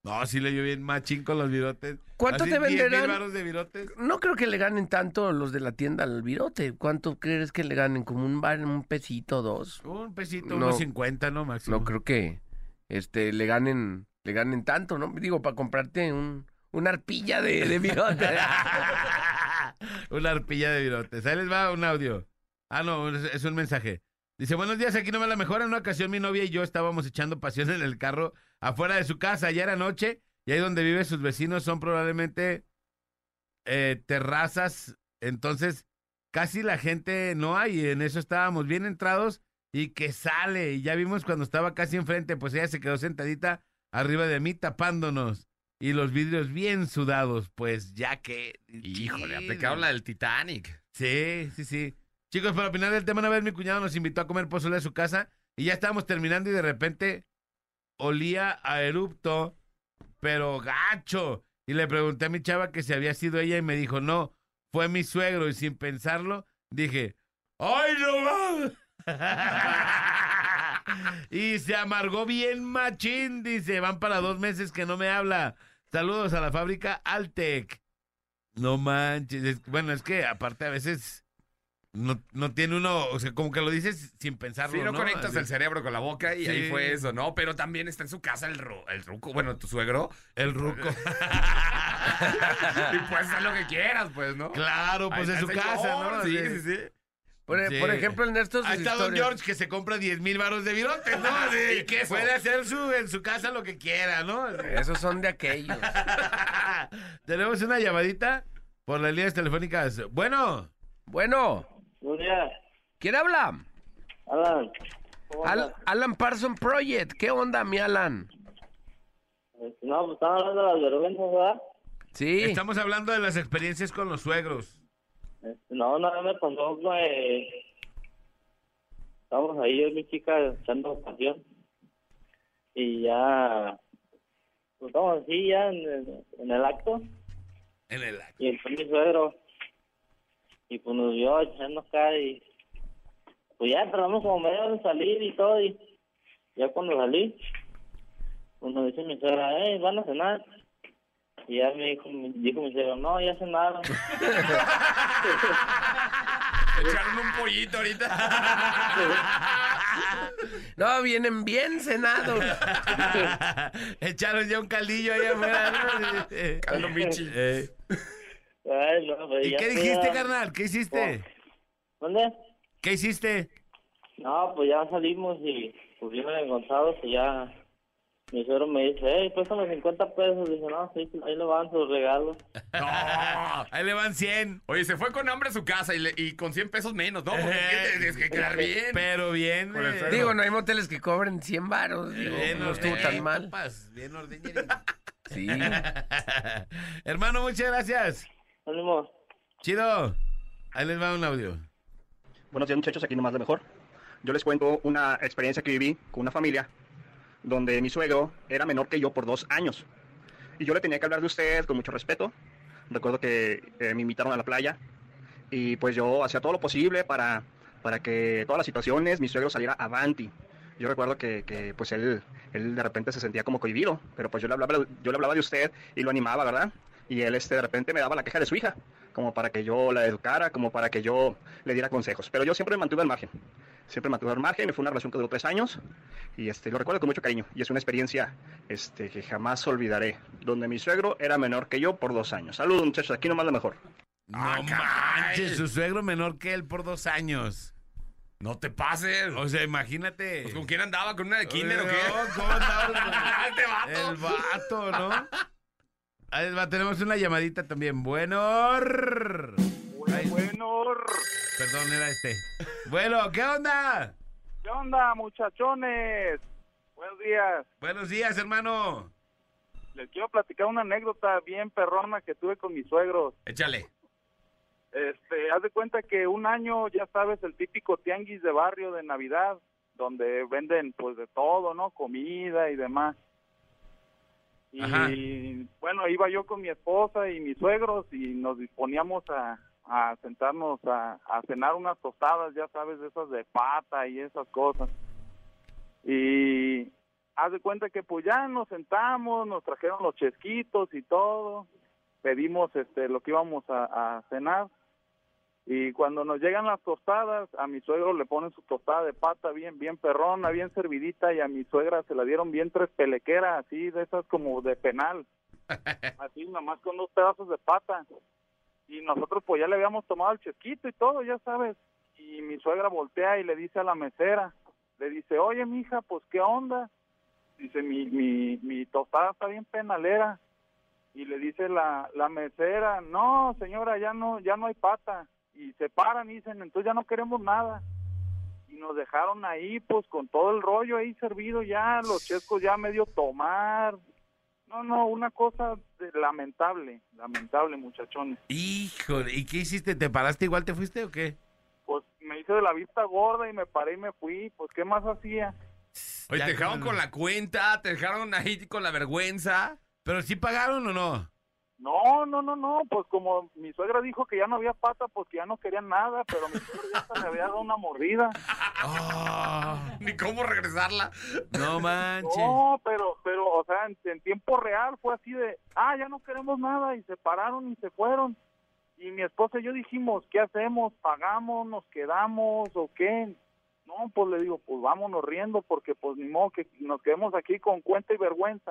Speaker 2: No, sí le dio bien machín con los virotes.
Speaker 4: ¿Cuánto
Speaker 2: Así,
Speaker 4: te venderán?
Speaker 2: diez mil varos de virotes.
Speaker 4: No creo que le ganen tanto los de la tienda al virote. ¿Cuánto crees que le ganen? ¿Como un bar, un pesito, dos?
Speaker 2: Un pesito,
Speaker 4: No.
Speaker 2: unos cincuenta, ¿no, máximo?
Speaker 4: No creo que este le ganen, le ganen tanto, ¿no? Digo, para comprarte un, una arpilla de, de virote.
Speaker 2: Una arpilla de virotes. Ahí les va un audio. Ah, no, es, es un mensaje. Dice, buenos días, aquí no me la mejor. En una ocasión mi novia y yo estábamos echando pasión en el carro afuera de su casa. Ya era noche y ahí donde viven sus vecinos son probablemente eh, terrazas. Entonces, casi la gente no hay. Y en eso estábamos bien entrados y que sale. Y ya vimos cuando estaba casi enfrente, pues ella se quedó sentadita arriba de mí tapándonos. Y los vidrios bien sudados, pues ya que...
Speaker 3: Híjole, aplicaron la del Titanic.
Speaker 2: Sí, sí, sí. Chicos, para opinar del tema, una vez mi cuñado nos invitó a comer pozole a su casa y ya estábamos terminando y de repente olía a erupto, pero gacho. Y le pregunté a mi chava que si había sido ella y me dijo, no, fue mi suegro. Y sin pensarlo, dije, ¡ay, no mames! Y se amargó bien machín, dice, van para dos meses que no me habla. Saludos a la fábrica Altec. No manches, es- bueno, es que aparte a veces no, no tiene uno, o sea, como que lo dices sin pensarlo,
Speaker 3: Sí, no,
Speaker 2: ¿no?
Speaker 3: conectas
Speaker 2: Así.
Speaker 3: el cerebro con la boca y
Speaker 2: Sí.
Speaker 3: ahí fue eso, ¿no? Pero también está en su casa el, ru- el ruco, bueno, tu suegro.
Speaker 2: El ruco.
Speaker 3: Y puedes hacer lo que quieras, pues, ¿no?
Speaker 2: Claro, pues
Speaker 3: Ahí
Speaker 2: en su
Speaker 3: está el
Speaker 2: casa,
Speaker 3: señor,
Speaker 2: ¿no?
Speaker 3: Sí,
Speaker 2: Así.
Speaker 3: sí, sí.
Speaker 4: Por,
Speaker 2: Sí.
Speaker 4: por ejemplo, el Ernesto sus
Speaker 2: Ahí está Don
Speaker 4: historias.
Speaker 2: George que se compra diez mil varos de virotes, ¿no? Así,
Speaker 3: Y queso.
Speaker 2: Puede hacer su, en su casa lo que quiera, ¿no? Así.
Speaker 4: Esos son de aquellos.
Speaker 2: Tenemos una llamadita por las líneas telefónicas. Bueno,
Speaker 4: Bueno,
Speaker 11: Buenos días,
Speaker 4: ¿quién habla?
Speaker 11: Alan. ¿Cómo
Speaker 4: Al-
Speaker 11: andas?
Speaker 4: Alan Parson Project. ¿Qué onda, mi Alan?
Speaker 11: Este, No, pues estamos hablando de las vergüenzas, ¿verdad?
Speaker 4: Sí.
Speaker 2: estamos hablando de las experiencias con los suegros.
Speaker 11: Este, No, nada me pasó, pues... Estamos ahí, yo y mi chica echando pasión. Y ya... Pues estamos así ya en, el- en el acto.
Speaker 2: En el acto.
Speaker 11: Y entró mi suegro. Y pues nos vio echando acá y... Pues ya tratamos como medio de salir y todo. Y ya cuando salí, pues nos dice mi suegra, eh, ¿van a cenar? Y ya me dijo, me dijo mi suegro, no, ya cenaron.
Speaker 3: Echaron un pollito ahorita.
Speaker 4: No, vienen bien cenados.
Speaker 2: Echaron ya un caldillo allá afuera, ¿no?
Speaker 3: Caldo Michi.
Speaker 2: Eh,
Speaker 11: Ay, no, pues
Speaker 2: ¿Y
Speaker 11: ya
Speaker 2: qué
Speaker 11: fui
Speaker 2: dijiste,
Speaker 11: a-
Speaker 2: carnal? ¿Qué hiciste?
Speaker 11: ¿Dónde?
Speaker 2: ¿Qué hiciste?
Speaker 11: No, pues ya salimos y pues bien encontrados y ya mi suegro me dice, hey, préstame cincuenta pesos. Dice, no, sí, ahí le van sus regalos.
Speaker 3: No.
Speaker 2: Ahí le van cien.
Speaker 3: Oye, se fue con hambre a su casa y, le- y con cien pesos menos, ¿no? Porque
Speaker 2: Eh,
Speaker 3: tienes que quedar bien.
Speaker 2: Pero bien.
Speaker 3: Con el
Speaker 2: eh,
Speaker 3: suegro.
Speaker 4: Digo, no hay moteles que cobren cien varos. Digo,
Speaker 2: bien
Speaker 4: no estuvo tan
Speaker 2: ordeñadito,
Speaker 4: mal.
Speaker 2: pas, bien ordeñadito.
Speaker 4: Sí.
Speaker 2: Hermano, muchas gracias.
Speaker 11: Ánimo.
Speaker 2: Chido. Ahí les va un audio.
Speaker 12: Buenos días, muchachos, aquí nomás lo mejor. Yo les cuento una experiencia que viví con una familia donde mi suegro era menor que yo por dos años. Y yo le tenía que hablar de usted con mucho respeto. Recuerdo que eh, me invitaron a la playa y pues yo hacía todo lo posible para, para que todas las situaciones mi suegro saliera avanti. Yo recuerdo que, que, pues él, él de repente se sentía como cohibido, pero pues yo le hablaba, yo le hablaba de usted y lo animaba, ¿verdad? Y él este, de repente me daba la queja de su hija, como para que yo la educara, como para que yo le diera consejos. Pero yo siempre me mantuve al margen, siempre me mantuve al margen. Fue una relación que duró tres años y este, lo recuerdo con mucho cariño. Y es una experiencia este, que jamás olvidaré, donde mi suegro era menor que yo por dos años. Saludos, muchachos, aquí nomás lo mejor.
Speaker 2: No
Speaker 3: Ah, caray.
Speaker 2: manches, su suegro menor que él por dos años.
Speaker 3: No te pases.
Speaker 2: O sea, imagínate.
Speaker 3: Pues, ¿con quién andaba? ¿Con una de kinder o
Speaker 2: No,
Speaker 3: qué?
Speaker 2: ¿cómo andaba?
Speaker 3: Este vato.
Speaker 2: El vato, ¿no? Ahí va, tenemos una llamadita también. Bueno. Ay,
Speaker 13: Bueno,
Speaker 2: perdón, era este. Bueno, ¿qué onda?
Speaker 13: ¿qué onda, muchachones? Buenos días.
Speaker 2: Buenos días, hermano.
Speaker 13: Les quiero platicar una anécdota bien perrona que tuve con mis suegros.
Speaker 3: Échale.
Speaker 13: Este, haz de cuenta que un año, ya sabes, el típico tianguis de barrio de Navidad, donde venden pues de todo, ¿no? Comida y demás. Y
Speaker 2: Ajá.
Speaker 13: bueno, iba yo con mi esposa y mis suegros y nos disponíamos a, a sentarnos a, a cenar unas tostadas, ya sabes, de esas de pata y esas cosas. Y haz de cuenta que pues ya nos sentamos, nos trajeron los chesquitos y todo, pedimos este lo que íbamos a, a cenar, y cuando nos llegan las tostadas, a mi suegro le ponen su tostada de pata bien, bien perrona, bien servidita, y a mi suegra se la dieron bien tres pelequeras, así, de esas como de penal, así, nomás con dos pedazos de pata, y nosotros pues ya le habíamos tomado el chesquito y todo, ya sabes, y mi suegra voltea y le dice a la mesera, le dice, oye, mija, pues, ¿qué onda? Dice, mi, mi, mi tostada está bien penalera. Y le dice la, la mesera, no, señora, ya no, ya no hay pata. Y se paran y dicen, entonces ya no queremos nada. Y nos dejaron ahí, pues, con todo el rollo ahí servido ya, los chescos ya medio tomar. No, no, una cosa de, lamentable, lamentable, muchachones.
Speaker 2: Híjole, ¿y qué hiciste? ¿Te paraste igual, te fuiste o qué?
Speaker 13: Pues me hice de la vista gorda y me paré y me fui, pues, ¿qué más hacía?
Speaker 3: Oye, ¿te dejaron con la cuenta? ¿Te dejaron ahí con la vergüenza?
Speaker 2: ¿Pero sí pagaron o no?
Speaker 13: No, no, no, no, pues como mi suegra dijo que ya no había pata, pues que ya no querían nada, pero mi suegra ya hasta me había dado una mordida.
Speaker 3: Oh, ni cómo regresarla.
Speaker 2: No manches.
Speaker 13: No, pero, pero, o sea, en, en tiempo real fue así de, ah, ya no queremos nada, y se pararon y se fueron. Y mi esposa y yo dijimos, ¿qué hacemos? ¿Pagamos? ¿Nos quedamos? ¿O qué? No, pues le digo, pues vámonos riendo, porque pues ni modo que nos quedemos aquí con cuenta y vergüenza.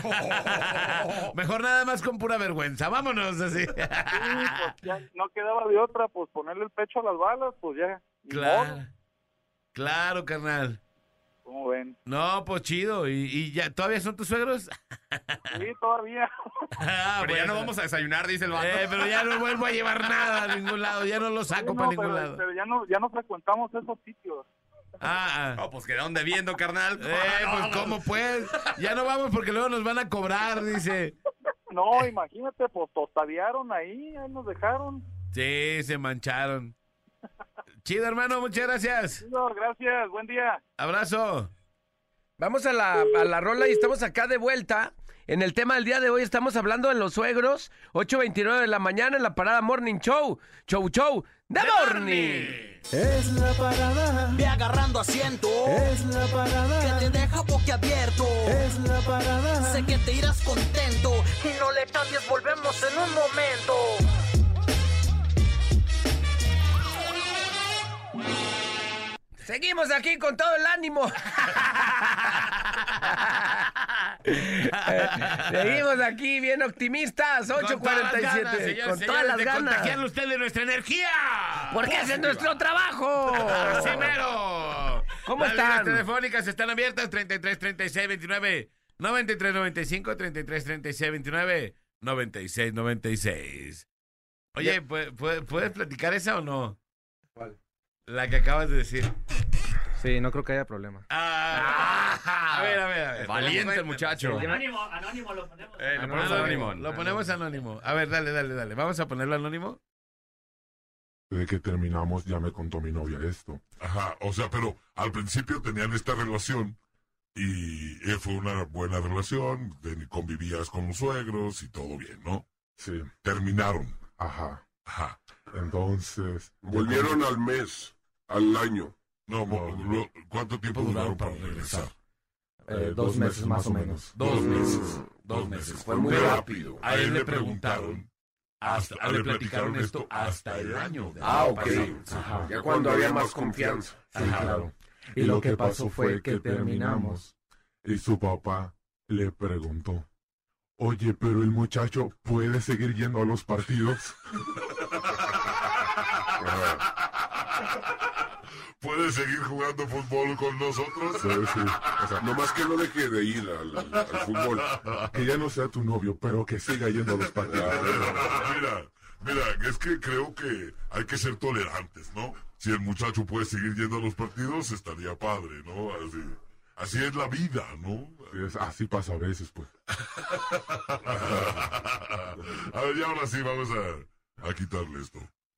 Speaker 2: Mejor nada más con pura vergüenza, vámonos así.
Speaker 13: Sí, pues ya no quedaba de otra, pues ponerle el pecho a las balas, pues ya.
Speaker 2: Claro, claro, carnal.
Speaker 13: ¿Cómo ven?
Speaker 2: No, pues chido, ¿y, y ya todavía son tus suegros?
Speaker 13: Sí, todavía.
Speaker 2: Ah,
Speaker 3: pero
Speaker 2: bueno.
Speaker 3: ya no vamos a desayunar, dice el vato.
Speaker 2: Eh, pero ya no vuelvo a llevar nada a ningún lado, ya no lo saco
Speaker 13: Sí,
Speaker 2: para
Speaker 13: no,
Speaker 2: ningún
Speaker 13: pero,
Speaker 2: lado.
Speaker 13: pero ya no, ya no frecuentamos esos sitios.
Speaker 2: Ah,
Speaker 3: No, pues quedaron debiendo, carnal.
Speaker 2: eh, pues cómo pues, ya no vamos porque luego nos van a cobrar, dice.
Speaker 13: No, imagínate, pues tostadearon ahí, ahí nos dejaron.
Speaker 2: Sí, se mancharon. Chido, hermano, muchas gracias.
Speaker 13: No, gracias, buen día.
Speaker 2: Abrazo.
Speaker 4: Vamos a la, a la rola y estamos acá de vuelta. En el tema del día de hoy estamos hablando de los suegros. ocho veintinueve de la mañana en la Parada Morning Show. Show, show, de morning.
Speaker 14: Es la parada.
Speaker 1: Ve agarrando asiento.
Speaker 14: Es la parada.
Speaker 1: Que te deja boquiabierto.
Speaker 14: Es la parada.
Speaker 1: Sé que te irás contento. Y no le cambies, volvemos en un momento.
Speaker 4: Seguimos aquí con todo el ánimo. Seguimos aquí bien optimistas. ocho cuarenta y siete. Con todas las ganas.
Speaker 2: Contagiarle usted de nuestra energía.
Speaker 4: Porque ese es nuestro trabajo.
Speaker 2: Así mero.
Speaker 4: ¿Cómo
Speaker 2: Las
Speaker 4: están?
Speaker 2: líneas telefónicas están abiertas. treinta y tres, treinta y seis, veintinueve, noventa y tres, noventa y cinco. treinta y tres, treinta y seis, veintinueve, noventa y seis, noventa y seis. Oye, ¿puedes, ¿puedes platicar esa o no?
Speaker 15: ¿Cuál?
Speaker 2: La que acabas de decir.
Speaker 15: Sí, no creo que haya problema.
Speaker 2: Ah, a ver, a ver, a ver.
Speaker 3: Valiente el muchacho.
Speaker 5: Anónimo, anónimo lo ponemos.
Speaker 3: Eh, lo
Speaker 2: Anónimo,
Speaker 3: ponemos anónimo.
Speaker 2: Lo ponemos anónimo. A ver, dale, dale, dale. Vamos a ponerlo anónimo.
Speaker 16: De que terminamos, ya me contó mi novia esto.
Speaker 6: Ajá, o sea, pero al principio tenían esta relación y eh, fue una buena relación, de- convivías con los suegros y todo bien, ¿no?
Speaker 16: Sí,
Speaker 6: Terminaron.
Speaker 16: ajá.
Speaker 6: Ajá.
Speaker 16: Entonces...
Speaker 6: Volvieron al mes, al año. No, mo- lo- ¿cuánto tiempo duraron para regresar?
Speaker 15: Eh, dos meses más o menos.
Speaker 2: Dos meses.
Speaker 6: Dos meses.
Speaker 2: Fue muy
Speaker 6: rápido.
Speaker 2: A él le preguntaron.
Speaker 6: Hasta,
Speaker 2: A él le platicaron esto hasta el año. de-
Speaker 15: Ah, ok.
Speaker 2: pasado.
Speaker 15: Ajá.
Speaker 12: Ya cuando había más confianza.
Speaker 15: Sí, claro. Y lo que pasó fue que terminamos.
Speaker 16: Y su papá le preguntó, oye, pero el muchacho puede seguir yendo a los partidos.
Speaker 6: ¿Puede seguir jugando fútbol con nosotros?
Speaker 16: Sí, sí. O sea,
Speaker 6: Nomás que no deje de ir al, al- al fútbol.
Speaker 16: que ya no sea tu novio, pero que siga yendo a los partidos.
Speaker 6: Mira, mira, es que creo que hay que ser tolerantes, ¿no? Si el muchacho puede seguir yendo a los partidos, estaría padre, ¿no? Así, así es la vida, ¿no?
Speaker 16: Sí, es- así pasa a veces, pues.
Speaker 6: A ver, y ahora sí vamos a, a quitarle esto.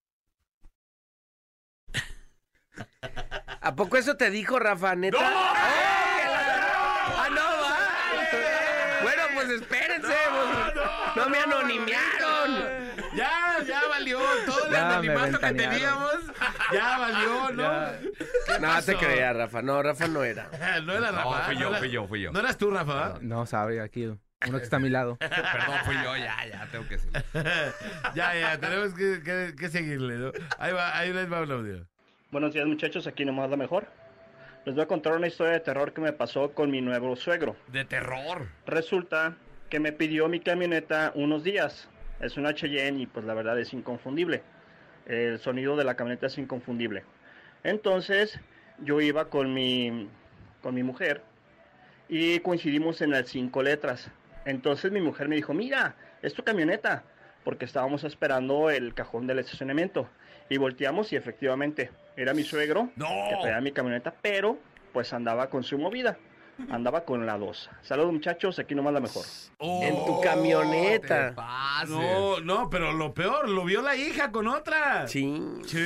Speaker 4: ¿A poco eso te dijo, Rafa, neta? ¡Ah, no, va! Bueno, pues espérense. pues, no, me anonimiaron.
Speaker 2: Ya, ya valió todo el
Speaker 15: Ya me
Speaker 2: anonimato que
Speaker 15: ventanearon.
Speaker 2: teníamos. Ya valió, ¿no?
Speaker 4: Ya.
Speaker 2: ¿Qué
Speaker 4: No
Speaker 2: pasó?
Speaker 4: te creas, Rafa. No, Rafa no era.
Speaker 2: No era
Speaker 3: No,
Speaker 2: Rafa.
Speaker 3: fui yo,
Speaker 2: era-
Speaker 3: fui yo, fui yo.
Speaker 2: No eras tú, Rafa, ¿verdad?
Speaker 15: No, sabe, aquí uno que está a mi lado.
Speaker 3: Perdón, fui yo, ya, ya, tengo que decirlo.
Speaker 2: Ya, ya, tenemos que, que- que seguirle, ¿no? Ahí va, ahí les va un audio.
Speaker 12: Buenos días muchachos, aquí nomás la mejor. Les voy a contar una historia de terror que me pasó con mi nuevo suegro.
Speaker 3: De terror.
Speaker 12: Resulta que me pidió mi camioneta unos días. Es una Cheyenne y pues la verdad es inconfundible. El sonido de la camioneta es inconfundible. Entonces yo iba con mi, con mi mujer y coincidimos en las cinco letras. Entonces mi mujer me dijo, mira, es tu camioneta, porque estábamos esperando el cajón del estacionamiento. Y volteamos y efectivamente era mi suegro
Speaker 3: ¡No!
Speaker 12: que traía mi camioneta, pero pues andaba con su movida. Andaba con la dos. Saludos muchachos, aquí nomás la mejor.
Speaker 4: En tu camioneta.
Speaker 3: Te pases.
Speaker 2: No, no, pero lo peor, lo vio la hija con otra.
Speaker 4: Sí.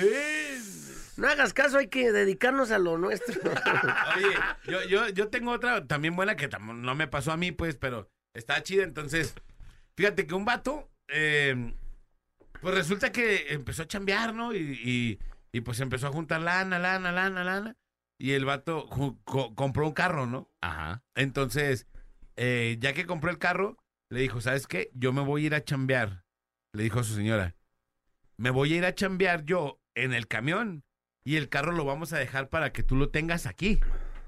Speaker 2: Sí.
Speaker 4: No hagas caso, hay que dedicarnos a lo nuestro.
Speaker 2: Oye, yo, yo, yo tengo otra también buena que tam- no me pasó a mí, pues, pero está chida. Entonces, fíjate que un vato, eh, pues resulta que empezó a chambear, ¿no? Y, y, y, pues empezó a juntar lana, lana, lana, lana. Y el vato ju- co- compró un carro, ¿no?
Speaker 3: Ajá.
Speaker 2: Entonces, eh, ya que compró el carro, le dijo, ¿sabes qué? Yo me voy a ir a chambear. Le dijo a su señora, me voy a ir a chambear yo en el camión y el carro lo vamos a dejar para que tú lo tengas aquí.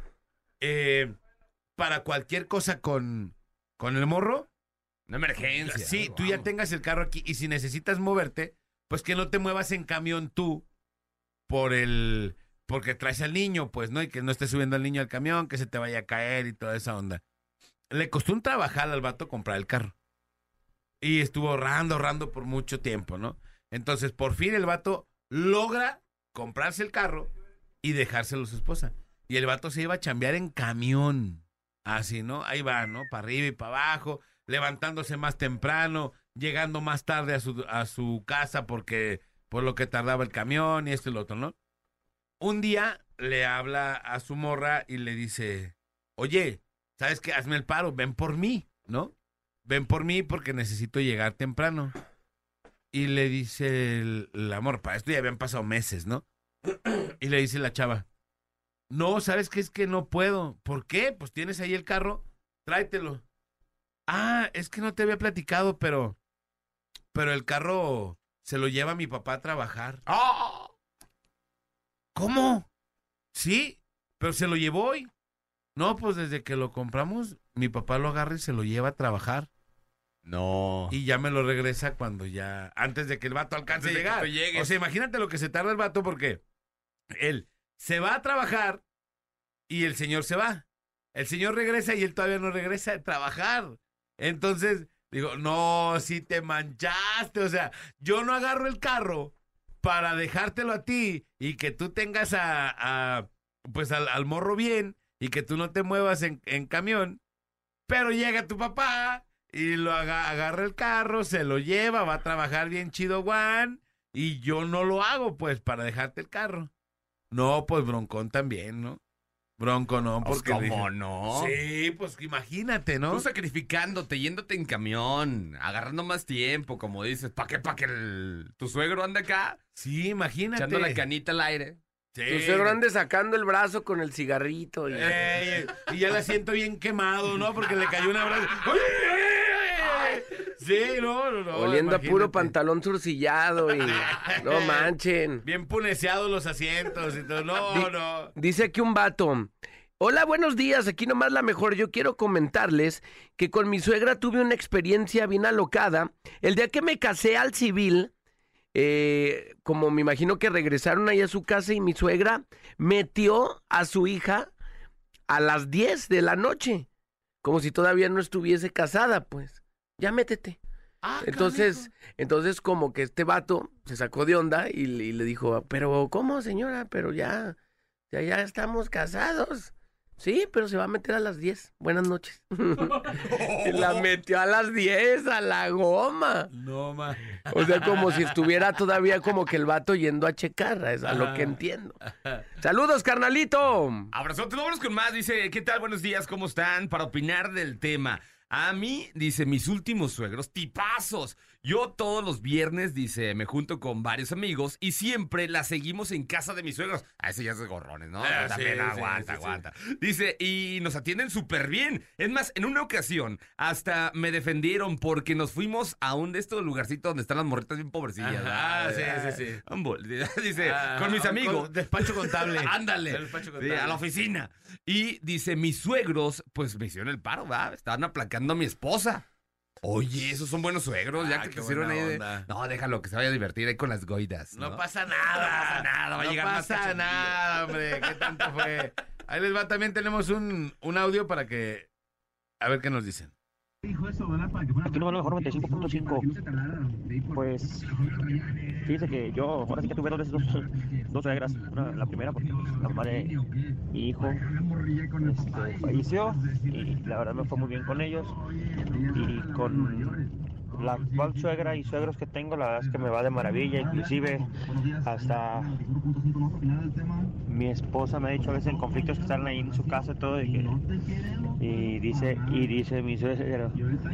Speaker 2: Eh, para cualquier cosa con, con el morro.
Speaker 3: Una emergencia.
Speaker 2: Sí,
Speaker 3: Wow.
Speaker 2: tú ya tengas el carro aquí y si necesitas moverte, pues que no te muevas en camión tú por el... porque traes al niño, pues, ¿no? Y que no estés subiendo al niño al camión, que se te vaya a caer y toda esa onda. Le costó un trabajar al vato comprar el carro. Y estuvo ahorrando, ahorrando por mucho tiempo, ¿no? Entonces, por fin el vato logra comprarse el carro y dejárselo a su esposa. Y el vato se iba a chambear en camión. Así, ¿no? Ahí va, ¿no? Para arriba y para abajo, levantándose más temprano, llegando más tarde a su, a su casa porque por lo que tardaba el camión y esto y lo otro, ¿no? Un día le habla a su morra y le dice, oye, ¿sabes qué? Hazme el paro, ven por mí, ¿no? Ven por mí porque necesito llegar temprano. Y le dice el, el amor, para esto ya habían pasado meses, ¿no? Y le dice la chava, no, ¿sabes qué? Es que no puedo. ¿Por qué? Pues tienes ahí el carro, tráetelo. Ah, es que no te había platicado, pero, pero el carro se lo lleva mi papá a trabajar.
Speaker 3: ¡Ah!
Speaker 2: ¿Cómo? Sí, pero se lo llevó hoy. No, pues desde que lo compramos, mi papá lo agarra y se lo lleva a trabajar.
Speaker 3: No.
Speaker 2: Y ya me lo regresa cuando ya, antes de que el vato alcance
Speaker 3: Antes
Speaker 2: a
Speaker 3: de que
Speaker 2: llegar.
Speaker 3: tú llegues.
Speaker 2: O sea, imagínate lo que se tarda el vato porque él se va a trabajar y el señor se va. El señor regresa y él todavía no regresa a trabajar. Entonces, digo, no, si te manchaste. O sea, yo no agarro el carro para dejártelo a ti y que tú tengas a, a pues al, al morro bien y que tú no te muevas en, en camión, pero llega tu papá y lo aga- agarra el carro, se lo lleva, va a trabajar bien chido, Juan, y yo no lo hago, pues, para dejarte el carro. No, pues Broncón también, ¿no? Bronco no,
Speaker 3: Pues,
Speaker 2: porque...
Speaker 3: ¿cómo
Speaker 2: dije-
Speaker 3: no?
Speaker 2: Sí, pues imagínate, ¿no?
Speaker 3: Tú sacrificándote, yéndote en camión, agarrando más tiempo, como dices. ¿Para qué? ¿Para que el- tu suegro ande acá?
Speaker 2: Sí, imagínate.
Speaker 3: Echando la canita al aire.
Speaker 2: Sí.
Speaker 4: Tu suegro ande sacando el brazo con el cigarrito. Y...
Speaker 2: Ey, y ya la siento bien quemado, ¿no? Porque le cayó una brazo. Sí, no, no, no.
Speaker 4: Oliendo a puro
Speaker 2: imagínate.
Speaker 4: pantalón surcillado y... No manchen.
Speaker 2: Bien puneceados los asientos y todo. No,
Speaker 4: Di-
Speaker 2: no.
Speaker 4: Dice aquí un vato. Hola, buenos días. Aquí nomás la mejor. Yo quiero comentarles que con mi suegra tuve una experiencia bien alocada. El día que me casé al civil, eh, como me imagino que regresaron ahí a su casa y mi suegra metió a su hija a las diez de la noche. Como si todavía no estuviese casada, pues. Ya métete.
Speaker 2: Ah,
Speaker 4: Entonces, entonces como que este vato se sacó de onda y, le- y le dijo, pero ¿cómo, señora? Pero ya, ya, ya estamos casados. Sí, pero se va a meter a las diez. Buenas noches. Y la metió a las diez, a la goma.
Speaker 2: No, ma.
Speaker 4: O sea, como si estuviera todavía como que el vato yendo a checar, es a lo
Speaker 2: Ah.
Speaker 4: que entiendo. Saludos, carnalito.
Speaker 3: Abrazote, vámonos con más. Dice, ¿qué tal? Buenos días, ¿cómo están? Para opinar del tema. A mí, dice, mis últimos suegros, tipazos. Yo todos los viernes, dice, me junto con varios amigos y siempre la seguimos en casa de mis suegros. Ah, ese ya es de gorrones, ¿no?
Speaker 2: Ah,
Speaker 3: También
Speaker 2: sí,
Speaker 3: aguanta,
Speaker 2: sí, sí,
Speaker 3: aguanta. Dice, y nos atienden súper bien. Es más, en una ocasión hasta me defendieron porque nos fuimos a un de estos lugarcitos donde están las morritas bien pobrecillas.
Speaker 2: Ah,
Speaker 3: ¿verdad?
Speaker 2: sí, sí, sí.
Speaker 3: Un bol- Dice,
Speaker 2: Ah,
Speaker 3: con mis
Speaker 2: un
Speaker 3: amigos.
Speaker 2: con- despacho contable.
Speaker 3: Ándale.
Speaker 2: Despacho
Speaker 3: Sí,
Speaker 2: contable.
Speaker 3: a la oficina. Y dice, mis suegros, pues me hicieron el paro, ¿va? Estaban aplacando a mi esposa. Oye, esos son buenos suegros, ya
Speaker 2: Ah,
Speaker 3: que
Speaker 2: qué
Speaker 3: te hicieron
Speaker 2: buena
Speaker 3: ahí de-
Speaker 2: onda.
Speaker 3: No, déjalo, que se vaya a divertir ahí con las goidas.
Speaker 2: No,
Speaker 3: No,
Speaker 2: pasa nada.
Speaker 3: No pasa nada, va a
Speaker 2: no
Speaker 3: llegar más
Speaker 2: pasa
Speaker 3: cachondillo.
Speaker 2: nada, hombre. ¿Qué tanto fue? Ahí les va, también tenemos un, un audio para que... A ver qué nos dicen.
Speaker 17: Aquí no va lo mejor noventa y cinco punto cinco. Pues fíjese que yo ahora sí que tuve dos veces dos, dos suegras. Una, la primera porque la mamá de mi hijo este, falleció y la verdad me fue muy bien con ellos. Y con la actual suegra y suegros que tengo, la verdad es que me va de maravilla. Inclusive hasta mi esposa me ha dicho a veces en conflictos que están ahí en su casa y todo y, que, y dice y dice mi suegro,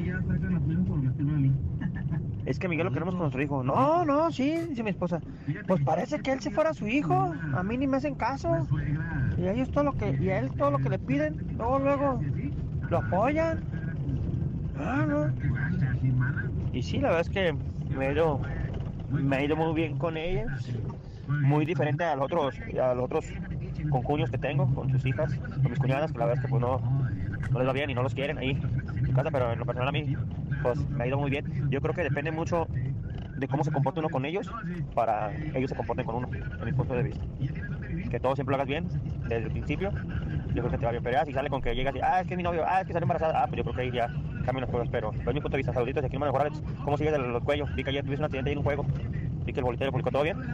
Speaker 17: es que Miguel lo queremos con nuestro hijo. No, no, sí, dice mi esposa, pues parece que él si fuera su hijo, a mí ni me hacen caso y a ellos todo lo que y a él todo lo que le piden, luego luego lo apoyan. Ah, no. Y sí, la verdad es que me ha ido me ha ido muy bien con ellos, muy diferente a los otros a los otros concuños que tengo con sus hijas, con mis cuñadas, que la verdad es que pues no, no les va bien y no los quieren ahí en casa, pero en lo personal a mí pues me ha ido muy bien. Yo creo que depende mucho de cómo se comporta uno con ellos para que ellos se comporten con uno, en mi punto de vista. Que todo siempre lo hagas bien desde el principio, yo creo que te va bien. Pero ya si sale con que llegas y, ah, es que es mi novio, ah, es que salió embarazada, ah, pues yo creo que ahí ya cambian las cosas. Pero desde mi punto de vista, saluditos, de aquí no me mejor, Alex. ¿Cómo sigues de los cuellos? Vi que ayer tuviste un accidente ahí en un juego, vi que el bolitero publicó, ¿todo bien?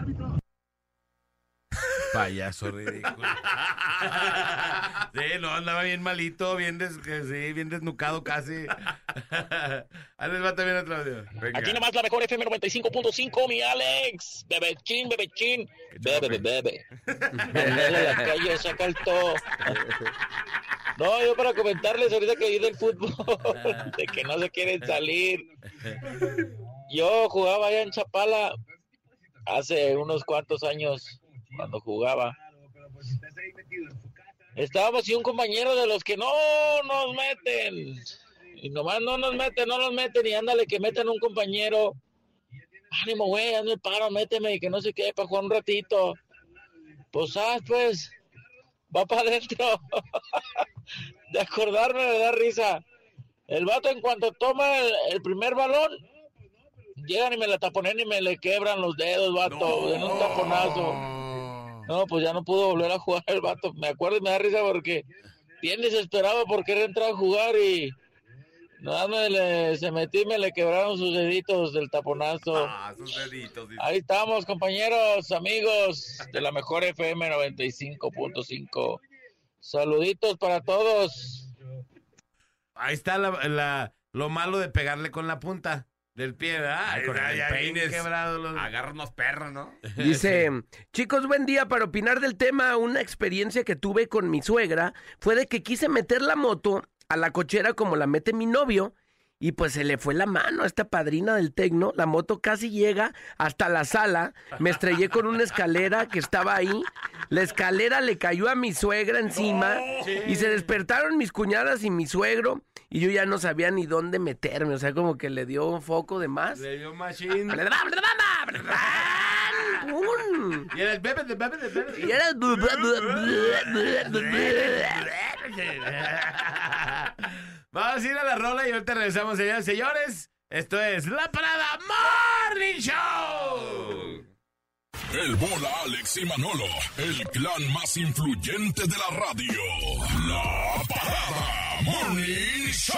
Speaker 2: Payaso ridículo. Sí, no, andaba bien malito, bien, des, que sí, bien desnucado casi. Ahí les va también otro audio. Venga.
Speaker 18: Aquí nomás la mejor F M noventa y cinco punto cinco, mi Alex. Bebechín, bebechín. Bebe, bebe, bebe. Dale a la calle, saca el to. No, yo para comentarles ahorita que vi del fútbol, de que no se quieren salir. Yo jugaba allá en Chapala hace unos cuantos años, cuando jugaba. Estábamos y un compañero de los que no nos meten. Y nomás no nos meten, no nos meten. Y ándale que metan un compañero. Ánimo, güey, hazme el paro, méteme y que no sé qué, para jugar un ratito. Pues, ah, pues, va para adentro. De acordarme me da risa. El vato en cuanto toma el, el primer balón, llegan y me la taponean y me le quebran los dedos, vato, no. En un taponazo. No, pues ya no pudo volver a jugar el vato. Me acuerdo y me da risa porque bien desesperado por querer entrar a jugar y nada, me le, se metió y me le quebraron sus deditos del taponazo.
Speaker 3: Ah, sus deditos. Sí.
Speaker 18: Ahí estamos, compañeros, amigos de la mejor F M noventa y cinco punto cinco. Saluditos para todos.
Speaker 2: Ahí está la, la, lo malo de pegarle con la punta del pie, ¿verdad?
Speaker 3: Ay, con
Speaker 2: ya,
Speaker 3: el
Speaker 2: ya
Speaker 3: peines.
Speaker 2: quebrado los...
Speaker 3: Agarra unos perros, ¿no?
Speaker 4: Dice, chicos, buen día. Para opinar del tema, una experiencia que tuve con mi suegra fue de que quise meter la moto a la cochera como la mete mi novio y pues se le fue la mano a esta padrina del tecno. La moto casi llega hasta la sala. Me estrellé con una escalera que estaba ahí. La escalera le cayó a mi suegra encima y se despertaron mis cuñadas y mi suegro y yo ya no sabía ni dónde meterme. O sea, como que le dio un foco de más.
Speaker 2: Le dio machín. Y era el bebé de bebé de bebé.
Speaker 4: Y era el...
Speaker 2: Vamos a ir a la rola y ahorita regresamos, señores. Señores, esto es La Parada Morning Show.
Speaker 6: El Bola, Alex y Manolo, el clan más influyente de la radio. La Parada Morning Show.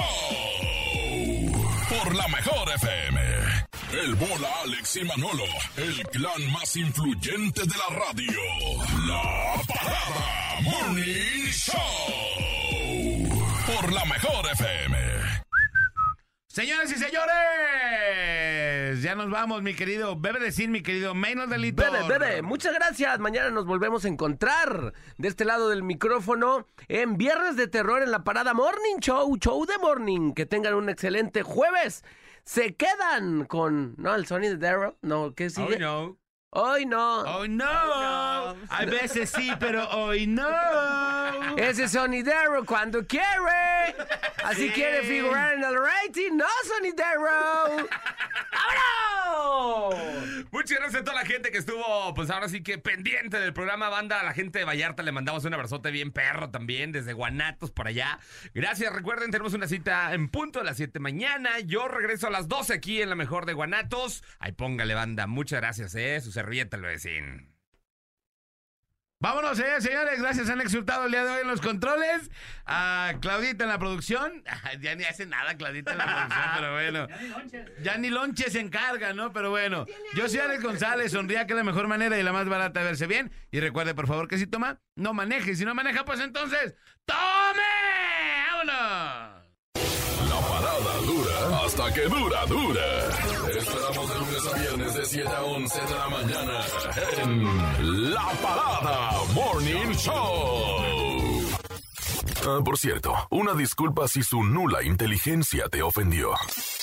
Speaker 6: Por la mejor F M. El Bola, Alex y Manolo, el clan más influyente de la radio. La Parada Morning Show. Por la mejor F M.
Speaker 2: Señoras y señores, ya nos vamos, mi querido Bebe de Sin, mi querido Maynard Delito.
Speaker 4: Bebe, Bebe, muchas gracias. Mañana nos volvemos a encontrar de este lado del micrófono en Viernes de Terror en la Parada Morning Show, Show de Morning. Que tengan un excelente jueves. Se quedan con... ¿No? ¿El Sony de Daryl? No, ¿qué sigue?
Speaker 3: Oh, no.
Speaker 4: Hoy no.
Speaker 2: Hoy no. A veces sí, pero hoy no.
Speaker 4: Ese sonidero cuando quiere. Así
Speaker 2: Sí.
Speaker 4: quiere figurar en el rating. No, sonidero. ¡Vámonos!
Speaker 3: Muchas gracias a toda la gente que estuvo, pues ahora sí que pendiente del programa, banda. A la gente de Vallarta le mandamos un abrazote bien perro también, desde Guanatos por allá. Gracias, recuerden, tenemos una cita en punto a las siete mañana. Yo regreso a las doce aquí en la mejor de Guanatos. Ahí póngale, banda. Muchas gracias, eh. Su servilleta lo decín.
Speaker 2: Vámonos, señores, señores. Gracias, han exultado el día de hoy en los controles. A Claudita en la producción. Ya ni hace nada Claudita en la producción, pero bueno. Ya ni lonche se encarga, ¿no? Pero bueno. Yo soy Alex González. Sonría que es la mejor manera y la más barata de verse bien. Y recuerde, por favor, que si toma, no maneje. Y si no maneja, pues entonces, ¡tome! ¡Vámonos!
Speaker 6: La parada dura hasta que dura, dura. Esperamos de lunes a viernes de siete a once de la mañana en La Parada Morning Show. Ah, por cierto, una disculpa si su nula inteligencia te ofendió.